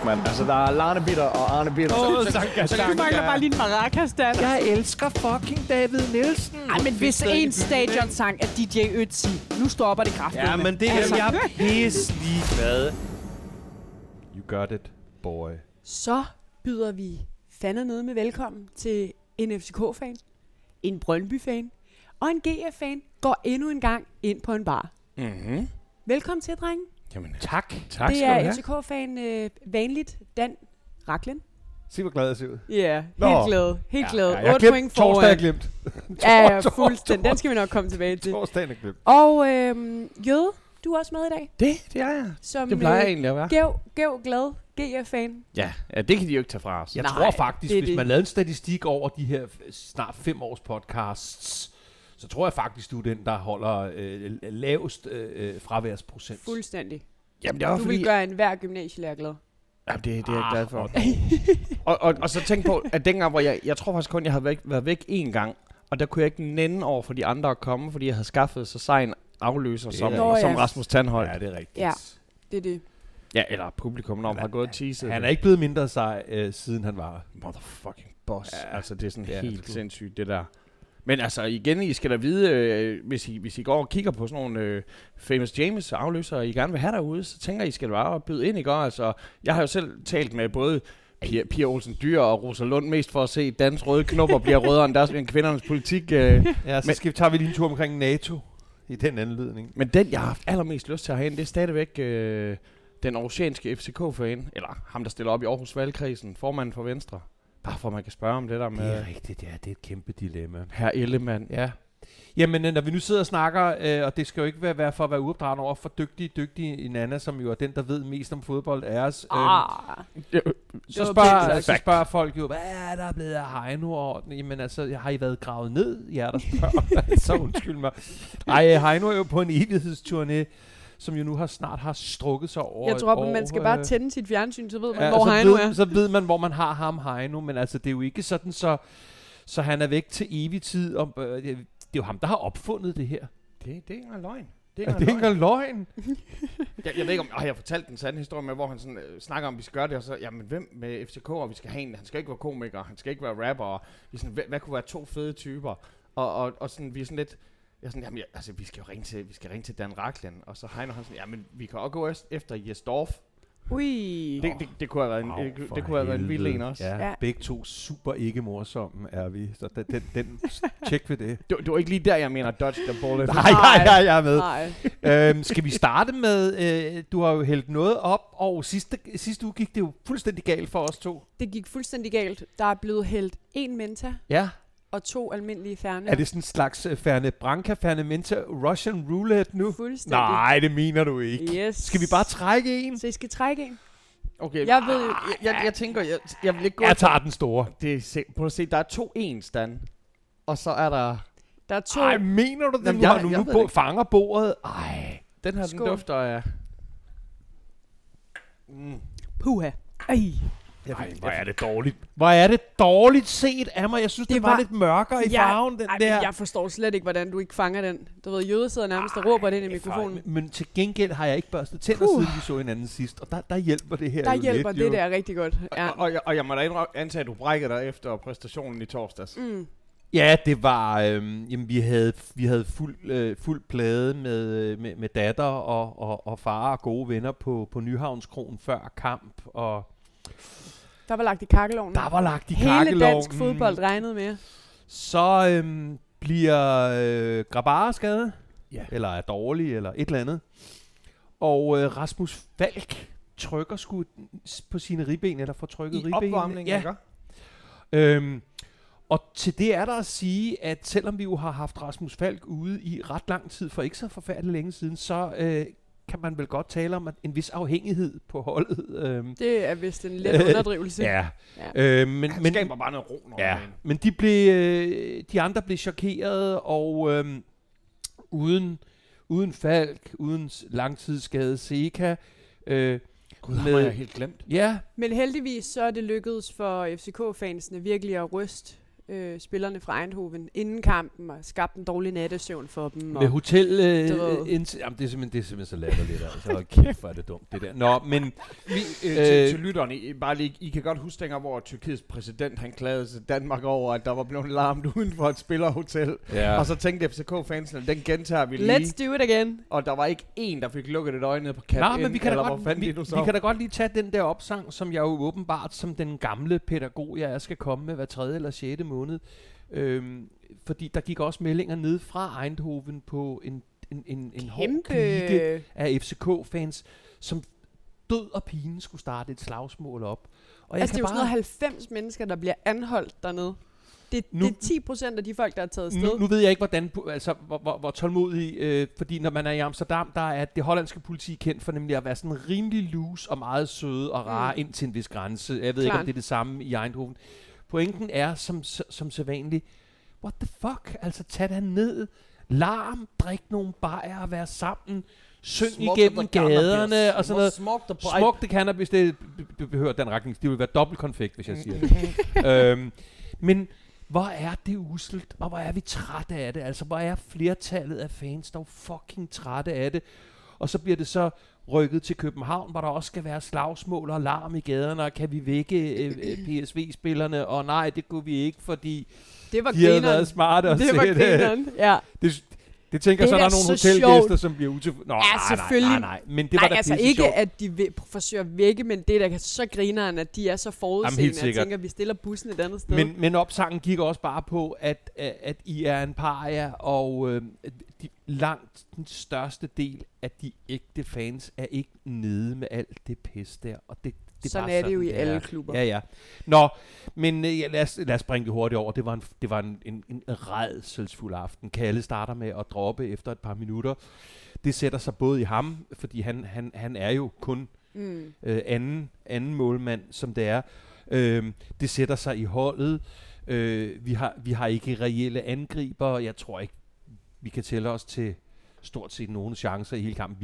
fuck, mand. Altså, der er Larne Bitter og Arne Bitter. Så du mangler bare lige en maracas, Dan. Jeg elsker fucking David Nielsen. Ej, men hvis en stadionsang er DJ Ötzi, nu stopper det kraftigt. Ja, men det er jeg pisse ligeglad. You got it, boy. Så byder vi fandme nede med velkommen til en FCK-fan, en Brøndby-fan og en GF-fan går endnu en gang ind på en bar. Mhm. Velkommen til, drenge. Jamen, tak. Tak Det skal du er have. FCK-fan vanligt Dan Racklin. Se, hvor glad jeg ser ud. Ja, Nå. helt glad. Helt glad. Jeg 8 point foran. Torsdag er glemt. Ja, fuldstændig. Den skal vi nok komme tilbage til. Torsdagen er glemt. Og Jøde, du er også med i dag. Det er jeg. Som Det plejer jeg egentlig at være. gæv glad GF-fan. Ja, det kan de jo ikke tage fra os. Jeg Nej, tror faktisk, det er hvis det. man lavede en statistik over de her snart 5 års podcasts, så tror jeg faktisk, du er den, der holder lavest fraværsprocent. Fuldstændig. Jamen, det er Du vil gøre enhver gymnasielærer glad. Jamen, det er jeg glad for. og så tænk på, at dengang, hvor jeg tror faktisk kun, jeg havde været væk én gang, og der kunne jeg ikke nænde over for de andre at komme, fordi jeg havde skaffet så sej en afløser som Rasmus Tandholt. Ja, det er rigtigt. Ja, det er det. Ja, eller publikum, når man har gået og teaset. Han er ikke blevet mindre sej, siden han var Motherfucking boss. Ja, Altså, det er sådan det er helt sgu. sindssygt, det der. Men altså, igen, I skal da vide, hvis I går og kigger på sådan nogle Famous James afløsere, I gerne vil have derude, så tænker I skal bare byde ind, ikke? Altså, jeg har jo selv talt med både Pia Olsen Dyr og Rosa Lund mest for at se dans røde knopper bliver rødere end deres kvindernes politik. Ja, så tager vi lige en tur omkring NATO i den anledning. Men den, jeg har haft allermest lyst til at have ind, det er stadigvæk den aarhusianske FCK-fan, eller ham, der stiller op i Aarhus Valgkredsen, formanden for Venstre. Bare for at man kan spørge om det der med... Det er rigtigt, ja. Det er et kæmpe dilemma. Herr Ellemann. Ja. Jamen, når vi nu sidder og snakker, og det skal jo ikke være for at være uopdragende over for dygtige Nana, som jo er den, der ved mest om fodbold, er os. Så spørger folk jo, hvad er der blevet af Heino? Og, jamen altså, har I været gravet ned? Ja, der spørger. Så undskyld mig. Ej, Heino er jo på en evighedsturné, som jo nu snart har strukket sig over. Jeg tror, man skal bare tænde sit fjernsyn, så ved man, ja, hvor Heino er. Så ved man, hvor man har ham, Heino. Men altså, det er jo ikke sådan, så han er væk til evig tid. Det er jo ham, der har opfundet det her. Det er ikke engang løgn. Det er ikke engang løgn. Jeg ved ikke, om jeg har fortalt den sande historie med, hvor han sådan, snakker om, vi skal gøre det, og så, jamen hvem med FCK, og vi skal have en, han skal ikke være komiker, han skal ikke være rapper, og vi sådan, hvad kunne være 2 fede typer? Og sådan, vi er sådan lidt, jeg er sådan, jamen, altså, vi skal ringe til Dan Racklin, og så Heino han sådan, jamen, vi kan også gå efter Jes Dorf. Ui. Det kunne have været det kunne have været en vild en også. Ja, begge to super ikke morsomme er vi, så den tjek ved det. Det var ikke lige der, jeg mener dodge the bullet. Nej, jeg er med. Skal vi starte med, du har jo hældt noget op, og sidste uge gik det jo fuldstændig galt for os to. Det gik fuldstændig galt. Der er blevet hældt 1 Menta Ja. og 2 almindelige Fernet. Er det sådan en slags Fernet Branca, Fernet Menta, Russian Roulette nu? Fuldstændig. Nej, det mener du ikke. Yes. Skal vi bare trække en? Så I skal trække en? Okay, Jeg ved jo... jeg tænker, jeg vil ikke gå... Jeg tager den store. Prøv at se, der er 2 ens, Dan. Og så er der... Der er 2... Ej, mener du det? Jamen, Nu jeg fanger bordet. Ej. Den her, den dufter af... Puha. Ej. Hvor er det dårligt. Hvor er det dårligt set af mig. Jeg synes, det var lidt mørkere i farven, den der. Jeg forstår slet ikke, hvordan du ikke fanger den. Du ved, Jøde sidder nærmest og råber det ind i mikrofonen. Men til gengæld har jeg ikke børstet tænder, siden vi så hinanden sidst. Og der hjælper det her der jo hjælper lidt, det jo. der rigtig godt. Ja. Og jeg må da antage, at du brækker dig efter præstationen i torsdags. Mm. Ja, det var... jamen, vi havde fuld plade med datter og far og gode venner på Nyhavnskroen før kamp. Og Der var lagt i kakkelovnen. der var lagt i Hele kakkelovnen. dansk fodbold regnede med. Så bliver Grabara skadet. Ja. Eller er dårlig, eller et eller andet. Og Rasmus Falk trykker sgu på sine ribben, eller får trykket I ribben. opvarmningen, ikke? Og til det er der at sige, at selvom vi jo har haft Rasmus Falk ude i ret lang tid, for ikke så forfærdeligt længe siden, så kan man vel godt tale om en vis afhængighed på holdet. Det er vist en let underdrivelse. Ja. Men skaber bare noget ro. Men de andre blev chokeret, og uden Falk, uden langtidsskade Seca. Gud, har jeg helt glemt. Ja. Men heldigvis så er det lykkedes for FCK-fansene virkelig at ryste spillerne fra Eindhoven inden kampen og skabt en dårlig nattesøvn for dem. Med hotel... jamen, det er simpelthen så latterligt. Altså, hold kæft, hvor er det dumt, det der. Nå, men... Til lytterne, I kan godt huske dengang, hvor Tyrkiets præsident, han klagede til Danmark over, at der var blevet larmet uden for et spillerhotel. Ja. Og så tænkte FCK-fansene, den gentager vi lige. Let's do it again. Og der var ikke en, der fik lukket et øje ned på Cap men vi kan da godt lige tage den der opsang, som jeg jo åbenbart som den gamle pædagog, jeg skal komme med hver 3. eller 6. måned. Fordi der gik også meldinger ned fra Eindhoven på en hård klike af FCK-fans, som død og pine skulle starte et slagsmål op. Og altså, det er jo sådan 90 mennesker, der bliver anholdt dernede. Det er 10% af de folk, der er taget afsted. Nu ved jeg ikke, hvor tålmodig, fordi når man er i Amsterdam, der er det hollandske politi kendt for nemlig at være sådan rimelig loose og meget søde og rare ind til en vis grænse. Jeg ved ikke, om det er det samme i Eindhoven. Pointen er, som sædvanligt, what the fuck? Altså, tag dig ned, larm, drik nogle bajer og vær sammen, syng igennem gaderne og sådan noget. Smuk the cannabis, det behøver den retning. Det vil være dobbelt konfekt, hvis jeg siger det. Men hvor er det uselt, og hvor er vi trætte af det? Altså, hvor er flertallet af fans, der er fucking trætte af det? Og så bliver det så rykket til København, hvor der også skal være slagsmål og larm i gaderne, og kan vi vække PSV-spillerne? Og nej, det kunne vi ikke, fordi det var de havde været smarte og det var grineren, ja. Det tænker så, der er nogle hotelgæster, som bliver utilfredse. Nå, nej. Men det var da altså ikke, sjovt. At de forsøger at vække, men det er da så grineren, at de er så forudseende. Jeg tænker, vi stiller bussen et andet sted. Men opsangen gik også bare på, at I er en paria, og langt den største del af de ægte fans er ikke nede med alt det pis der. Og det sådan er det jo i alle klubber. Ja. Nå, men lad os bringe det hurtigt over. Det var en rædselsfuld aften. Kalle starter med at droppe efter et par minutter. Det sætter sig både i ham, fordi han er jo kun anden målmand, som det er. Det sætter sig i holdet. Vi har ikke reelle angriber. Jeg tror ikke, vi kan tælle os til stort set nogle chancer i hele kampen.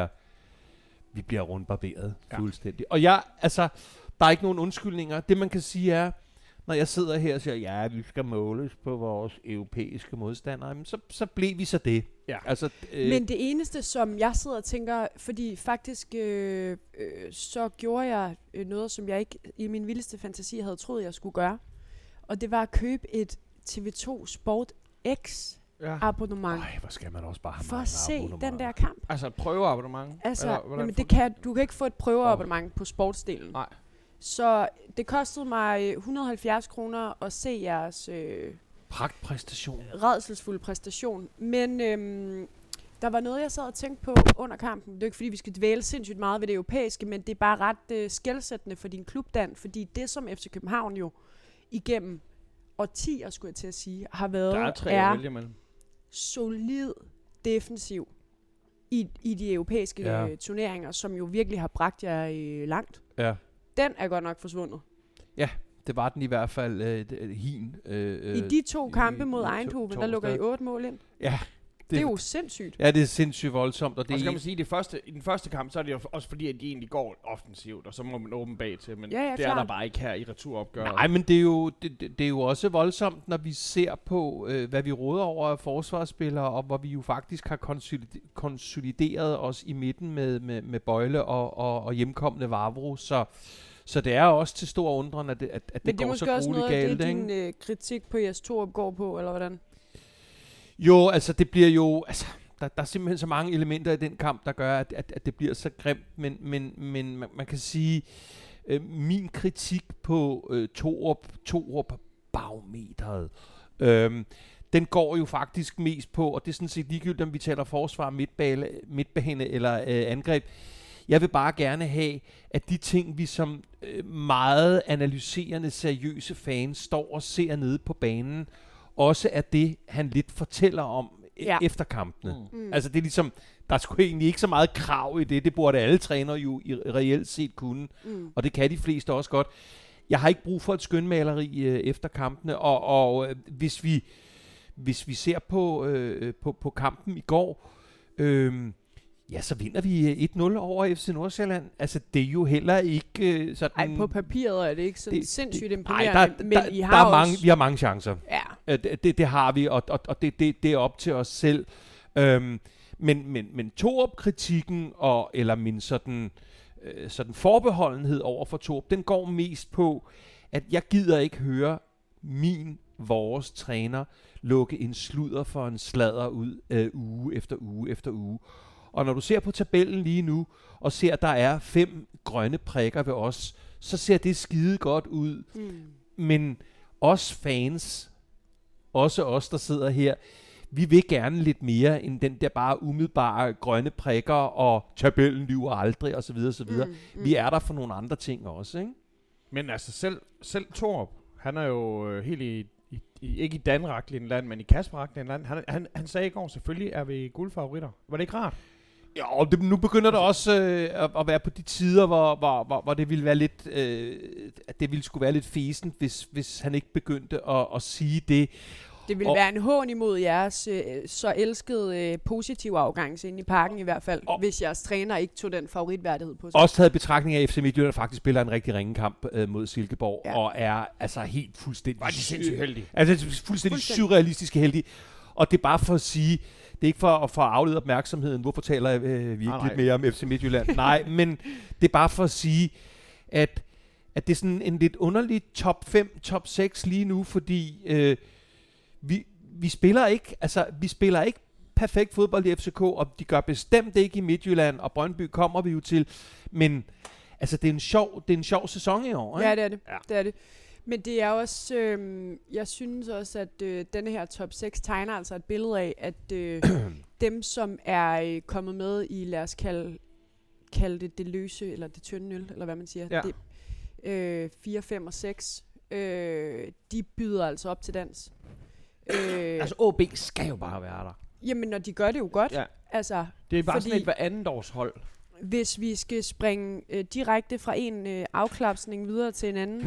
Vi bliver rundbarberet fuldstændig. Og der er ikke nogen undskyldninger. Det man kan sige er, når jeg sidder her og siger, vi skal måles på vores europæiske modstandere, så blev vi så det. Ja. Altså, men det eneste, som jeg sidder og tænker, fordi faktisk så gjorde jeg noget, som jeg ikke i min vildeste fantasi havde troet, jeg skulle gøre. Og det var at købe et TV2 Sport X abonnement. Nej, hvor skal man også bare have for at se den der kamp. Altså et prøveabonnement? Altså, du kan ikke få et prøveabonnement på sportsdelen. Nej. Så det kostede mig 170 kroner at se jeres pragtpræstation. Rædselsfuld præstation. Men der var noget, jeg sad og tænkte på under kampen. Det er ikke fordi, vi skal dvæle sindssygt meget ved det europæiske, men det er bare ret skelsættende for din klub, Dan. Fordi det, som FC København jo igennem årtier, skulle jeg til at sige, har været, er solid defensiv i de europæiske turneringer, som jo virkelig har bragt jer langt. Ja. Den er godt nok forsvundet. Ja, det var den i hvert fald i de 2 kampe mod Eindhoven, der lukker I 8 mål ind. Ja. Det er jo sindssygt. Ja, det er sindssygt voldsomt. Og så kan man sige, i den første kamp, så er det jo også fordi, at de egentlig går offensivt, og så må man åbne bag til, men det er der bare ikke her i returopgøret. Nej, men det er jo også voldsomt, når vi ser på, hvad vi råder over af forsvarsspillere, og hvor vi jo faktisk har konsolideret os i midten med Bøjle og hjemkommende Vavro, så det er også til stor undren, at det går så grueligt galt. Men det er måske også noget af det, din kritik på Jes Torup går på, eller hvordan? Jo, altså det bliver jo, altså der er simpelthen så mange elementer i den kamp, der gør, at det bliver så grimt, men man kan sige, min kritik på Torup barometeret, den går jo faktisk mest på, og det er sådan set ligegyldigt, om vi taler forsvar, midtbane eller angreb. Jeg vil bare gerne have, at de ting, vi som meget analyserende, seriøse fans står og ser nede på banen, også er det, han lidt fortæller om efter kampene. Altså det er ligesom, der er sgu egentlig ikke så meget krav i det. Det burde alle trænere jo reelt set kunne. Og det kan de fleste også godt. Jeg har ikke brug for et skønmaleri efter kampene. Og hvis vi ser på kampen i går, Ja, så vinder vi 1-0 over FC Nordsjælland. Altså, det er jo heller ikke sådan... Nej, på papiret er det ikke sådan sindssygt imponerende, Nej, men I har også... vi har mange chancer. Ja. Det har vi, og det er op til os selv. Men Thorup-kritikken, eller min sådan forbeholdenhed over for Thorup, den går mest på, at jeg gider ikke høre vores træner lukke en sludder for en sladder ud uge efter uge efter uge. Og når du ser på tabellen lige nu, og ser, at der er 5 grønne prikker ved os, så ser det skide godt ud. Men os fans, også os, der sidder her, vi vil gerne lidt mere end den der bare umiddelbare grønne prikker, og tabellen lyver aldrig, osv. osv. Vi er der for nogle andre ting også, ikke? Men altså selv Thorup, han er jo helt ikke i Danraglinland, men i Kasper-Raglinland. Han sagde i går, selvfølgelig er vi guldfavoritter. Var det ikke rart? Ja, og nu begynder det også at være på de tider, hvor det ville være lidt, at det ville skulle være lidt fesen, hvis han ikke begyndte at sige det. Det ville være en hån imod jeres så elskede positive afgangs inde i parken i hvert fald, hvis jeres træner ikke tog den favoritværdighed på sig. Også taget betragtning af, at FC Midtjylland faktisk spiller en rigtig ringe kamp mod Silkeborg, og er altså helt fuldstændig... Var de sindssygt heldige? Altså fuldstændig surrealistisk heldige. Og det er bare for at sige, det er ikke for at aflede opmærksomheden, hvorfor taler vi ikke lidt mere om FC Midtjylland? Nej, men det er bare for at sige, at det er sådan en lidt underlig top 5, top 6 lige nu, fordi... Vi spiller ikke perfekt fodbold i FCK, og de gør bestemt ikke i Midtjylland, og Brøndby kommer vi jo til, men altså det er en sjov sæson i år, ikke? Ja, det er det. Ja. Det er det. Men det er også, jeg synes også, at denne her top 6 tegner altså et billede af, at dem, som er kommet med i, lad os kalde det løse, eller det tynde øl, eller hvad man siger, det, 4, 5 og 6, de byder altså op til dans. Altså OB skal jo bare være der. Jamen, når de gør det jo godt. Ja. Altså, det er bare sådan et hver andet års hold. Hvis vi skal springe direkte fra en afklapsning videre til en anden,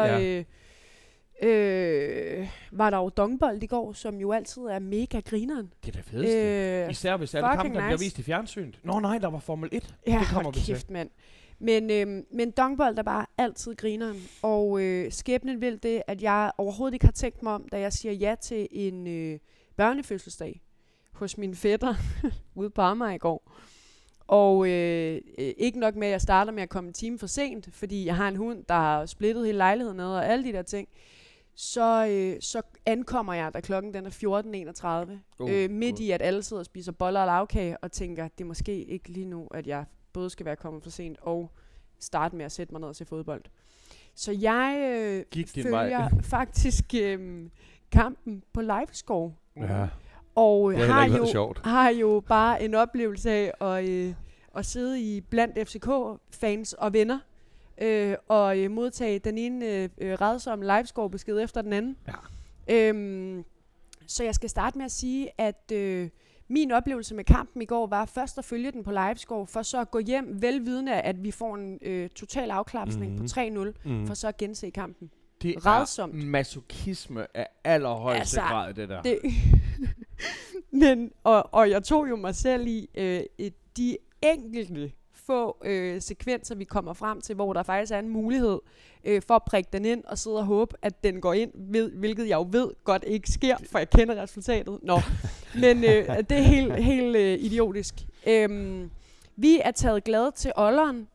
var der jo dongbold i går, som jo altid er mega grineren. Det er det fedeste. Især hvis alle kampe, der bliver vist i fjernsynet. Nej, der var Formel 1. Ja, det kommer vi kæft, mand. Men dongbold er bare altid grineren. Og skæbnen vil det, at jeg overhovedet ikke har tænkt mig om, da jeg siger ja til en børnefødselsdag hos mine fætter ude på Amager i går. Og ikke nok med, at jeg starter med at komme en time for sent, fordi jeg har en hund, der har splittet hele lejligheden ned og alle de der ting. Så ankommer jeg, da klokken den er 14.31. Midt i, at alle sidder og spiser boller og lavkage, og tænker, det er måske ikke lige nu, at jeg både skal være kommet for sent og starte med at sætte mig ned og se fodbold. Så jeg følger faktisk kampen på livescore. Ja. Og har jo bare en oplevelse af at sidde i blandt FCK-fans og venner og modtage den ene rædsomme livescore-besked efter den anden. Ja. Så jeg skal starte med at sige, at min oplevelse med kampen i går var først at følge den på livescore, for så at gå hjem velvidende, at vi får en total afklapsning på 3-0, for så at gense kampen. Det rædsomt. Er masochisme af allerhøjeste grad, det der. Men jeg tog jo mig selv i de enkelte få sekvenser, vi kommer frem til, hvor der faktisk er en mulighed for at prikke den ind og sidde og håbe, at den går ind, hvilket jeg jo ved godt ikke sker, for jeg kender resultatet. Men det er helt idiotisk. Vi er taget glade til Olleren,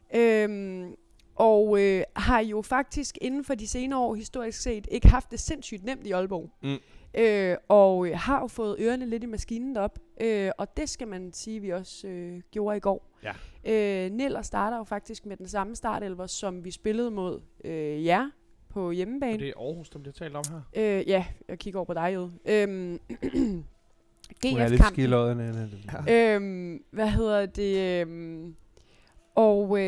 og har jo faktisk inden for de senere år historisk set ikke haft det sindssygt nemt i Aalborg. Og har jo fået ørerne lidt i maskinen derop, og det skal man sige, vi også gjorde i går. Ja. Niller starter jo faktisk med den samme startelver, som vi spillede mod jer på hjemmebane. Og det er Aarhus, der bliver talt om her? Ja, jeg kigger over på dig, Jød. GF-kampen. Hvad hedder det? Og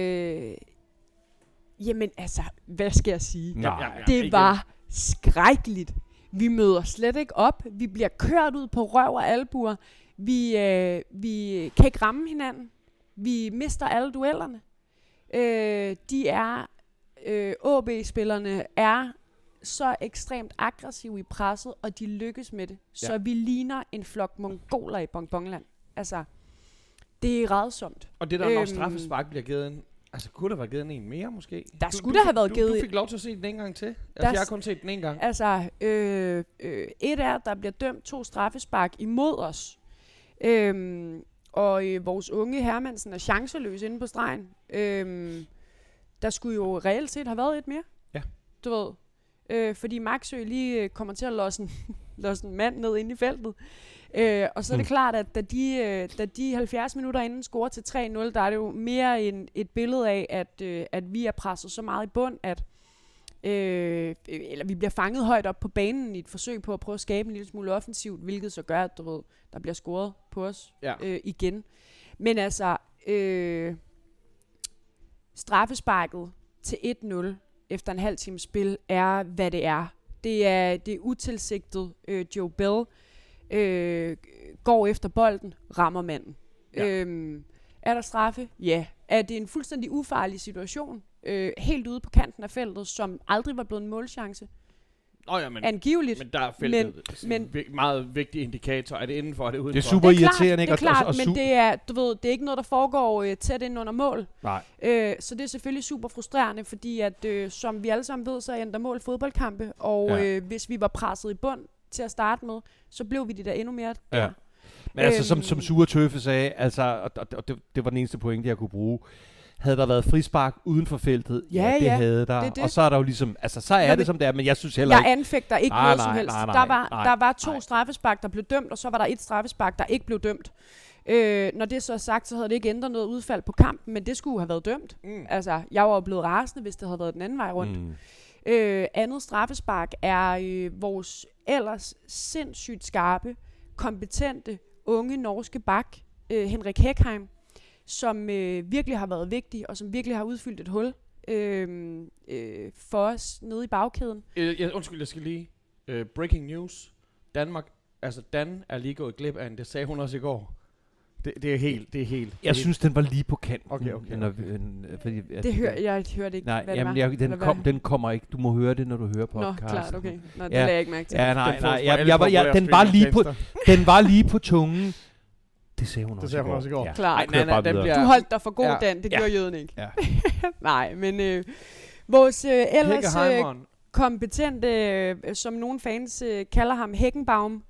jamen altså, hvad skal jeg sige? Det var skrækkeligt. Vi møder slet ikke op. Vi bliver kørt ud på røv og albuer. Vi kan ikke ramme hinanden. Vi mister alle duellerne. AB-spillerne er så ekstremt aggressive i presset, og de lykkes med det. Så vi ligner en flok mongoler i bonbonland. Altså, Det er rædsomt. Og det der, når straffespark bliver givet en, altså kunne der være givet en mere måske? Der skulle der have været givet... Du fik lov til at se den en gang til. Altså jeg har kun set den en gang. Altså, et er, der bliver dømt 2 straffespark imod os. Og vores unge Hermansen er chanceløs inde på stregen. Der skulle jo reelt set have været et mere. Ja. Du ved. Fordi Maxø lige kommer til at losse en mand ned ind i feltet. Og så er det klart, at da de 70 minutter inden scorer til 3-0, der er det jo mere et billede af, at vi er presset så meget i bund, at eller vi bliver fanget højt op på banen i et forsøg på at prøve at skabe en lille smule offensivt, hvilket så gør, at der bliver scoret på os igen. Men altså, straffesparket til 1-0 efter en halv times spil er, hvad det er. Det er utilsigtet. Joe Bell går efter bolden, rammer manden. Ja. Er der straffe? Ja. Er det en fuldstændig ufarlig situation? Helt ude på kanten af feltet, som aldrig var blevet en målchance? Angiveligt. Men der er feltet meget vigtig indikator. Er det indenfor, er det udenfor? Det er super irriterende, ikke? Det er klart, men det er, det er ikke noget, der foregår tæt ind under mål. Nej. Så det er selvfølgelig super frustrerende, fordi at, som vi alle sammen ved, så ændrer mål fodboldkampe, og hvis vi var presset i bund til at starte med, så blev vi det der endnu mere der. Ja. Men altså, som Sure Tøffe sagde, altså, og det var den eneste pointe, jeg kunne bruge. Havde der været frispark uden for feltet? Ja, det havde der. Det. Og så er der jo ligesom, altså så er det som det er, men jeg synes heller ikke... Jeg anfægter ikke noget som helst. Der var 2 straffespark, der blev dømt, og så var der 1 straffespark, der ikke blev dømt. Når det så er sagt, så havde det ikke ændret noget udfald på kampen, men det skulle have været dømt. Altså, jeg var jo blevet rasende, hvis det havde været den anden vej rundt. Andet straffespark er vores ellers sindssygt skarpe, kompetente, unge norske bak, Henrik Hækheim, som virkelig har været vigtig, og som virkelig har udfyldt et hul for os nede i bagkæden. Undskyld, jeg skal lige... breaking news. Dan er lige gået glip af en, det sagde hun også i går. Det er helt... Jeg synes, den var lige på kanten. Okay. Fordi, jeg hørte ikke, nej, hvad jamen, det var. Den kommer ikke. Du må høre det, når du hører podcasten. Nå, klart, okay. Nå, det lagde jeg ikke mærke til. Ja, nej. Den var lige på tungen. Det sagde hun også i går. Ja. Klart. Du holdt dig for god, Dan. Det gjorde jøden ikke. Ja. Nej, men vores ellers kompetente, som nogle fans kalder ham, Hækkenbaum,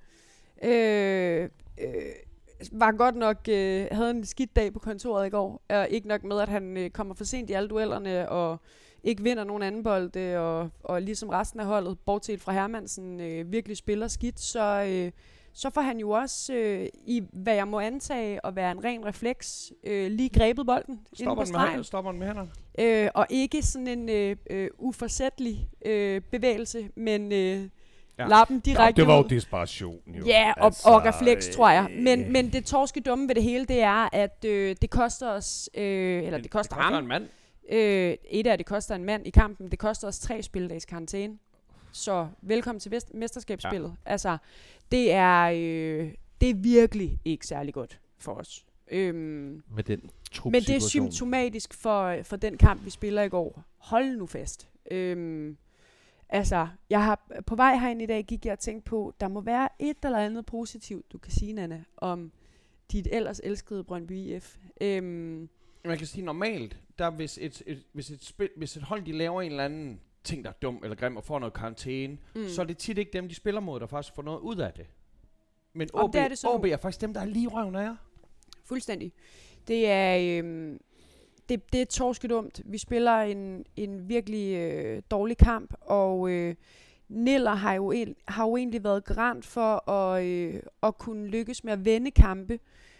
var godt nok, havde en skidt dag på kontoret i går. Ikke nok med, at han kommer for sent i alle duellerne, og ikke vinder nogen anden bold, og ligesom resten af holdet, bortset fra Hermansen, virkelig spiller skidt, så får han jo også, i hvad jeg må antage at være en ren refleks, lige grebet bolden inde på stregen. Stopper den med hænderne. Og ikke sådan en uforsættelig bevægelse, men lappen direkte det var jo ud. Desperation jo. Ja, og refleks, tror jeg. Men det torske dumme ved det hele, det er, at det koster os, det koster ham. En mand. Det koster en mand i kampen. Det koster os 3 spilledags karantæne. Så velkommen til mesterskabsspillet. Ja. Altså, det er virkelig ikke særlig godt for os. Med den men det er symptomatisk for den kamp, vi spiller i går. Hold nu fast. Altså, jeg har på vej herind i dag gik jeg og tænkte på, der må være et eller andet positivt, du kan sige, Nanna, om dit ellers elskede Brøndby IF. Man kan sige normalt, der hvis et hold de laver en eller anden ting, der er dum eller grim og får noget karantæne, så er det tit ikke dem, de spiller mod, der faktisk får noget ud af det. Men OB er faktisk dem, der er lige røven af jer. Fuldstændig. Det er det er torskedumt. Vi spiller en virkelig dårlig kamp, og Niller har jo egentlig været garant for at kunne lykkes med at vende kampe,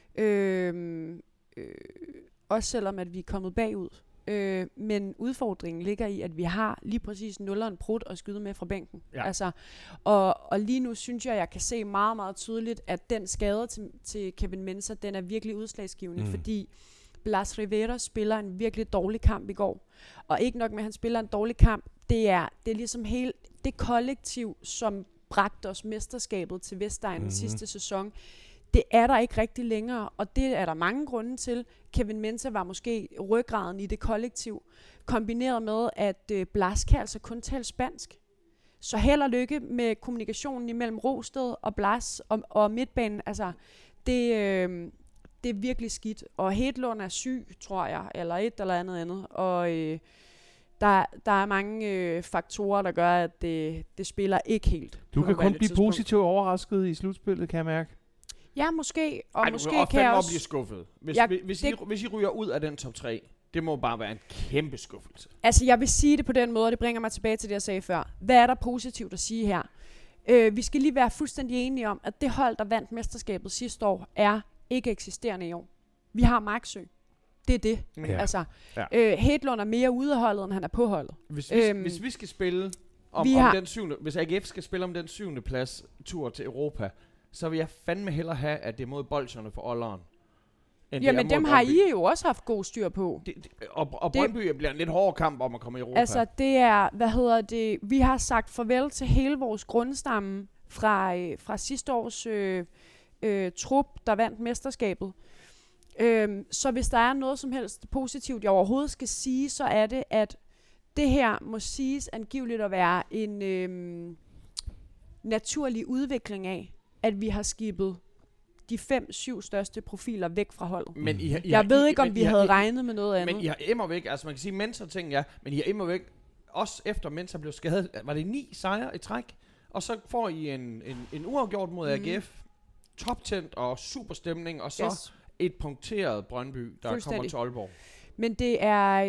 også selvom at vi er kommet bagud. Men udfordringen ligger i, at vi har lige præcis 0'eren prut at skyde med fra bænken. Ja. Altså, og lige nu synes jeg kan se meget, meget tydeligt, at den skade til Kevin Mensah, den er virkelig udslagsgivende, fordi Blas Rivera spiller en virkelig dårlig kamp i går. Og ikke nok med, at han spiller en dårlig kamp, det er ligesom hele det kollektiv, som bragte os mesterskabet til Vestegnen sidste sæson. Det er der ikke rigtig længere, og det er der mange grunde til. Kevin Mensah var måske ryggraden i det kollektiv, kombineret med, at Blas kan altså kun tale spansk. Så held og lykke med kommunikationen imellem Rosted og Blas og midtbanen. Altså, det er virkelig skidt. Og Hedlund er syg, tror jeg, eller et eller andet. Og der er mange faktorer, der gør, at det spiller ikke helt. Du kan kun blive positivt overrasket i slutspillet, kan jeg mærke. Ja, måske. Og Ej, måske du kan jeg også blive skuffet. Hvis I ryger ud af den top 3, det må bare være en kæmpe skuffelse. Altså, jeg vil sige det på den måde, og det bringer mig tilbage til det, jeg sagde før. Hvad er der positivt at sige her? Vi skal lige være fuldstændig enige om, at det hold, der vandt mesterskabet sidste år, er ikke eksisterende i år. Vi har Marksø. Det er det. Ja. Altså, Hedlund er mere ude af holdet, end han er på holdet. Hvis vi skal spille om den 7. Hvis AGF skal spille om den 7. plads tur til Europa, så vil jeg fandme hellere have, at det er mod bolsjerne for Olderen. Jamen dem har I jo også haft god styr på. Og Brøndby bliver en lidt hård kamp om at komme i Europa. Altså det er, vi har sagt farvel til hele vores grundstamme fra sidste års trup, der vandt mesterskabet. Så hvis der er noget som helst positivt, jeg overhovedet skal sige, så er det, at det her må siges angiveligt at være en naturlig udvikling af, at vi har skibet de 5-7 største profiler væk fra holdet. Men jeg ved ikke, om vi havde regnet med noget andet. Men I har immervæk, altså man kan sige mentor-ting, ja, men I har immervæk, også efter Mensa blev skadet, var det 9 sejre i træk, og så får I en uafgjort mod AGF, toptændt og super stemning, og så et punkteret Brøndby, der kommer til Aalborg. Men det er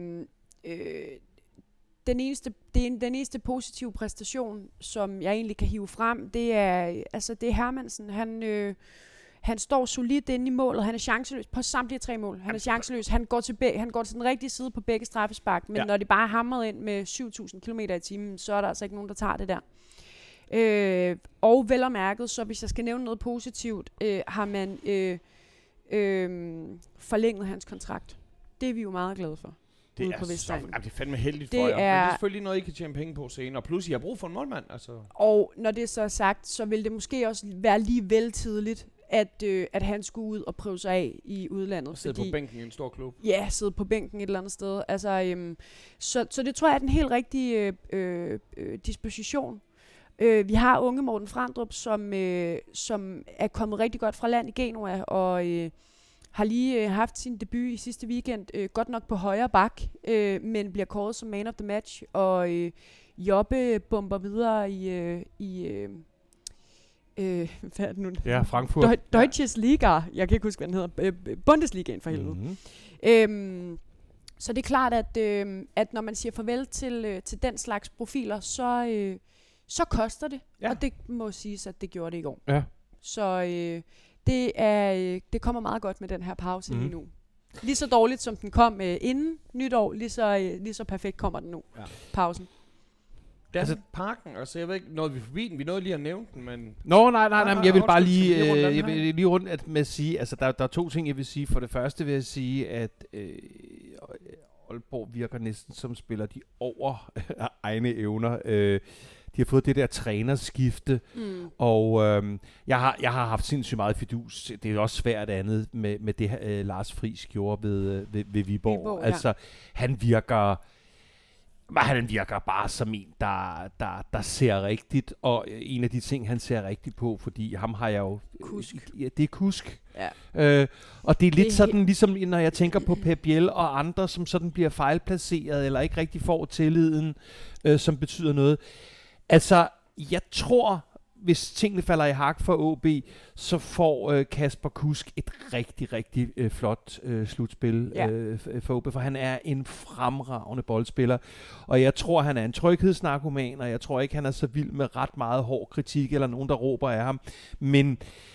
den eneste positive præstation, som jeg egentlig kan hive frem, det er Hermansen. Han står solidt inde i målet. Han er chanceløs på samtlige 3 mål. Han er chanceløs. Han går til den rigtige side på begge straffespark, men når det bare er hamret ind med 7.000 km i timen, så er der altså ikke nogen, der tager det der. Og vel og mærket, så hvis jeg skal nævne noget positivt, har man forlænget hans kontrakt. Det er vi jo meget glade for. Det er fandme heldigt for jer. Men det er selvfølgelig noget, I kan tjene penge på senere. Og plus, I har brug for en målmand. Altså. Og når det så er sagt, så vil det måske også være lige vel tidligt, at han skulle ud og prøve sig af i udlandet. Og sidde på bænken i en stor klub. Ja, sidde på bænken et eller andet sted. Altså, så det tror jeg er den helt rigtige disposition. Vi har unge Morten Frandrup, som er kommet rigtig godt fra land i Genua, og har lige haft sin debut i sidste weekend, godt nok på højre bak, men bliver kåret som man of the match, og Jobbe bomber videre i hvad er det nu? Ja, Frankfurt. Deutsches Liga. Jeg kan ikke huske, hvad den hedder. Bundesligaen for helvede. Mm-hmm. Så det er klart, at når man siger farvel til den slags profiler, så koster det. Ja. Og det må siges, at det gjorde det i går. Ja. Så det kommer meget godt med den her pause lige nu. Lige så dårligt, som den kom inden nytår, lige så perfekt kommer den nu. Ja. Pausen. Altså parken, altså jeg ved ikke, nåede vi forbi den? Vi nåede lige at nævne den, men... Nej, men jeg vil bare lige rundt med at sige, altså der er 2 ting, jeg vil sige. For det første vil jeg sige, at Aalborg virker næsten som spiller de over egne evner. De har fået det der trænerskifte, og jeg har haft sindssygt meget fidus. Det er også svært andet med det, Lars Friis gjorde ved Viborg. Altså, han virker bare som en, der ser rigtigt, og en af de ting, han ser rigtigt på, fordi ham har jeg jo... Kusk. Ja, det er Kusk. Ja. Og det er lidt sådan, ligesom når jeg tænker på Pep Biel og andre, som sådan bliver fejlplaceret, eller ikke rigtig får tilliden, som betyder noget. Altså, jeg tror, hvis tingene falder i hak for OB, så får Kasper Kusk et rigtig, rigtig flot slutspil for OB, for han er en fremragende boldspiller, og jeg tror, han er en tryghedsnarkoman, og jeg tror ikke, han er så vild med ret meget hård kritik, eller nogen, der råber af ham, men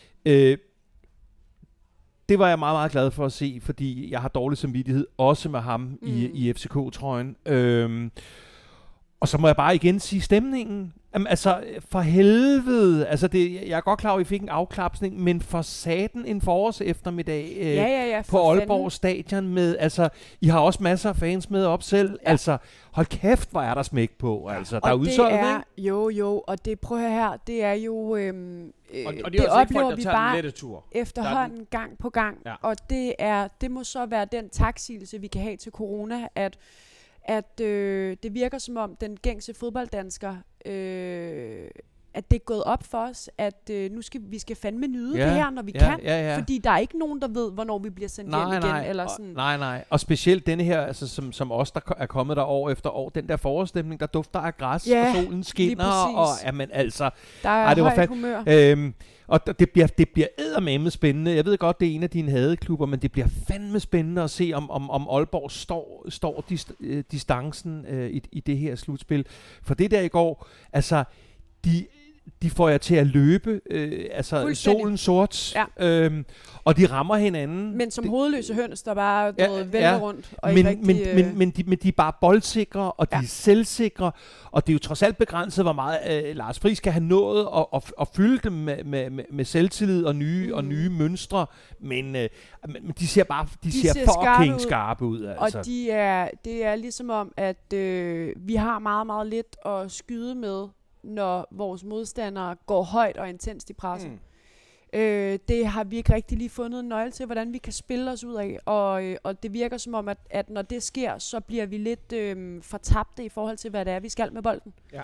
det var jeg meget, meget glad for at se, fordi jeg har dårlig samvittighed, også med ham i FCK-trøjen. Og så må jeg bare igen sige stemningen. Altså, for helvede. Altså, jeg er godt klar over, at I fik en afklapsning, men for satan en forårs eftermiddag på Aalborg Stadion med, altså, I har også masser af fans med op selv. Ja. Altså, hold kæft, hvor er der smæk på. Altså, der er udsolgt, ikke? Jo, og det, prøv at høre her, det er jo... og det oplever folk, vi bare efterhånden gang på gang. Ja. Og det må så være den taksigelse, vi kan have til corona, at det virker som om den gængse fodbolddansker at det er gået op for os, at nu vi skal fandme nyde det her, når vi kan. Fordi der er ikke nogen, der ved, hvornår vi bliver sendt hjem igen. Eller sådan. Nej. Og specielt denne her, altså, som os, der er kommet der år efter år, den der forårsstemning, der dufter af græs, og solen skinner, og jamen altså... Der er højt humør. Og det bliver eddermame spændende. Jeg ved godt, det er en af dine hadeklubber, men det bliver fandme spændende at se, om Aalborg står distancen i det her slutspil. For det der i går, altså, de får jer til at løbe, altså solen sort, og de rammer hinanden. Men som hovedløse høns, der bare vælter rundt. Og men de er bare boldsikre, og de er selvsikre, og det er jo trods alt begrænset, hvor meget Lars Friis skal have nået at fylde dem med selvtillid og nye mønstre, men de ser fucking skarpe ud. Altså. Og det er ligesom om, at vi har meget, meget lidt at skyde med, når vores modstandere går højt og intenst i pressen. Det har vi ikke rigtig lige fundet en nøgle til, hvordan vi kan spille os ud af, og det virker som om, at når det sker, så bliver vi lidt fortabte i forhold til, hvad det er, vi skal med bolden. Ja.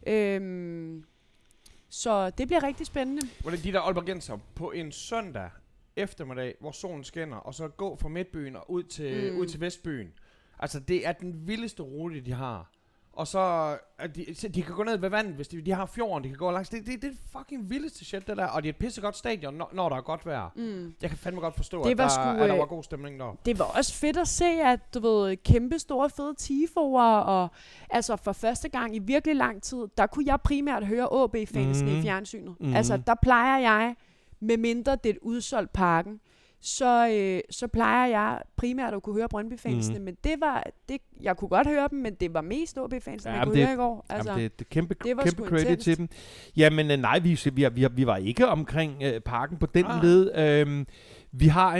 Så det bliver rigtig spændende. Hvordan de der aalborgenser på en søndag eftermiddag, hvor solen skinner, og så gå fra midtbyen og ud til vestbyen. Altså, det er den vildeste rute, de har. Og så, de kan gå ned ved vandet, hvis de har fjorden, de kan gå langs. Det er det fucking vildeste shit, det der. Og det er et pissegodt stadion, når der er godt vejr. Jeg kan fandme godt forstå, at der var god stemning der. Det var også fedt at se, at du ved, kæmpe store fede tifoer, og altså for første gang i virkelig lang tid, der kunne jeg primært høre AB-fansene i fjernsynet. Altså, der plejer jeg, med mindre det er et udsolgt Parken, så plejer jeg primært at kunne høre Brøndby-fansene, men jeg kunne godt høre dem, men det var mest OB-fansene, jeg kunne høre i går. Altså, det er kæmpe credit til dem. Jamen nej, vi var ikke omkring Parken på den led. Vi har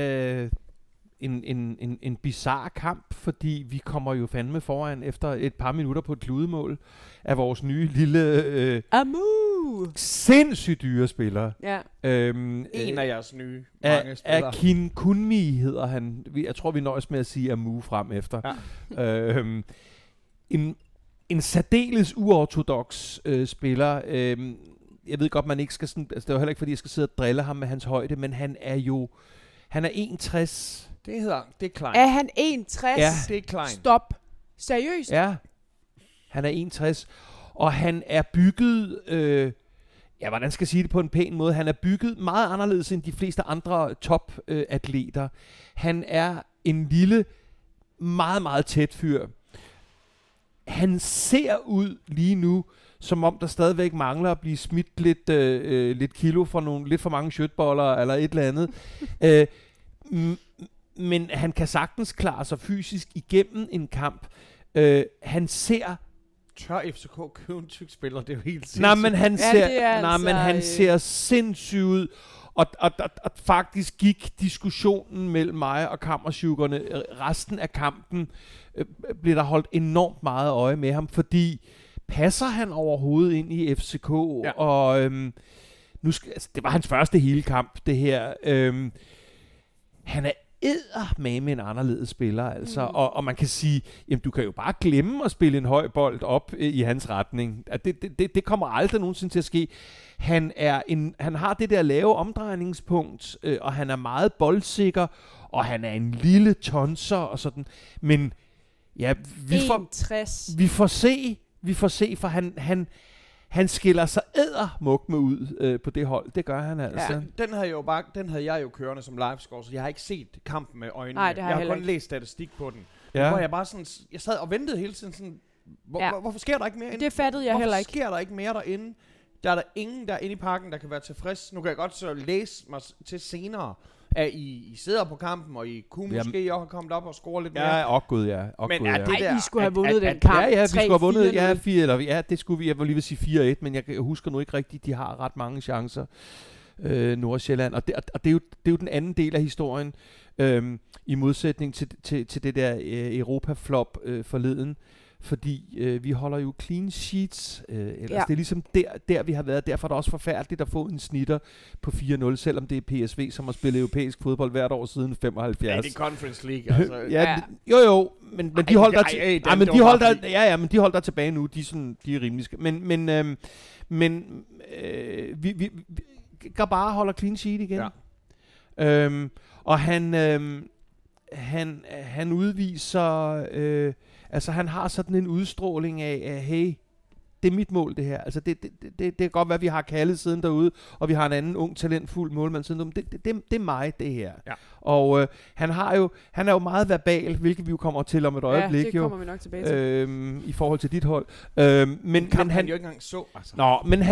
en bizarre kamp, fordi vi kommer jo fandme foran efter et par minutter på et kludemål af vores nye lille sindssygt dyre spiller. Ja. En af jeres nye mange spillere. Akin Kunmi hedder han. Jeg tror, vi nøjes med at sige Amu frem efter. Ja. En særdeles uortodox spiller. Jeg ved godt, man ikke skal sådan... Altså, det er jo heller ikke, fordi jeg skal sidde og drille ham med hans højde, men han er 61. Det er Klein. Er han 61? Ja, det er Klein. Stop. Seriøst? Ja. Han er 61. Og han er bygget... hvordan skal jeg sige det på en pæn måde? Han er bygget meget anderledes end de fleste andre top-atleter. Han er en lille, meget, meget tæt fyr. Han ser ud lige nu, som om der stadigvæk mangler at blive smidt lidt kilo fra nogle lidt for mange shirtboller eller et eller andet. Men han kan sagtens klare sig fysisk igennem en kamp. Han ser... Tør FCK købe en tyk spiller? Det er jo helt sindssygt. Han ser sindssygt ud. Og faktisk gik diskussionen mellem mig og kammersjukkerne resten af kampen, blev der holdt enormt meget øje med ham, fordi passer han overhovedet ind i FCK? Ja. Og det var hans første hele kamp, det her. Han er eddermame en anderledes spiller, altså. Og man kan sige, jamen du kan jo bare glemme at spille en høj bold op i hans retning. Det kommer aldrig nogensinde til at ske. Han har det der lave omdrejningspunkt, og han er meget boldsikker, og han er en lille tonser og sådan. Men ja, vi får se, for han skiller sig eddermuk med ud på det hold. Det gør han altså. Ja, den havde jeg jo kørende som livescore, så jeg har ikke set kampen med øjnene. Nej, det har jeg har kun læst statistik på den. Ja. Hvor jeg bare sådan, jeg sad og ventede hele tiden sådan, hvorfor sker der ikke mere inde? Det fattede jeg heller ikke. Hvorfor sker der ikke mere derinde? Der er der ingen derinde i Parken, der kan være tilfreds. Nu kan jeg godt så læse mig til senere, at I sidder på kampen, og I kunne måske også have kommet op og score lidt mere. Ja, gud ja. Men er det der, I skulle have vundet den kamp. Ja, vi skulle have vundet 4 eller ja, det skulle vi. Jeg var lige ved at sige 4-1, men jeg husker nu ikke rigtigt, de har ret mange chancer, Nordsjælland. Og det er jo den anden del af historien, i modsætning til det der Europa-flop forleden. fordi vi holder jo clean sheets, ellers det er ligesom der vi har været. Derfor er det også forfærdeligt at få en snitter på 4-0, selvom det er PSV, som har spillet europæisk fodbold hvert år siden 75. Ja, det er Conference League, altså. Jo, men de holdt der holdt der tilbage nu. De er rimelig men vi kan bare holde clean sheet igen. Ja. Og han udviser altså han har sådan en udstråling af hey, det er mit mål det her. Altså det kan godt være at vi har Kalle siden derude, og vi har en anden ung talentfuld målmand siden derude. Det er mig det her. Ja. Og han er jo meget verbal, hvilket vi jo kommer til om et øjeblik. Det kommer vi nok tilbage til. I forhold til dit hold. Men han jo ikke engang så. Altså. Nå, men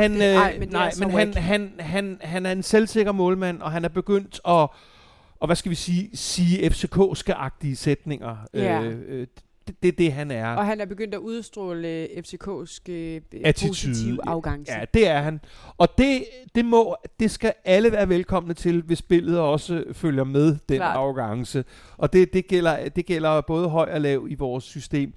han er en selvsikker målmand, og han er begyndt at og hvad skal vi sige FCK-skal-agtige sætninger. Det er det, han er. Og han er begyndt at udstråle FCK's positiv afgangse. Ja, det er han. Og det skal alle være velkomne til, hvis spillet også følger med den afgangse. Og det gælder både høj og lav i vores system.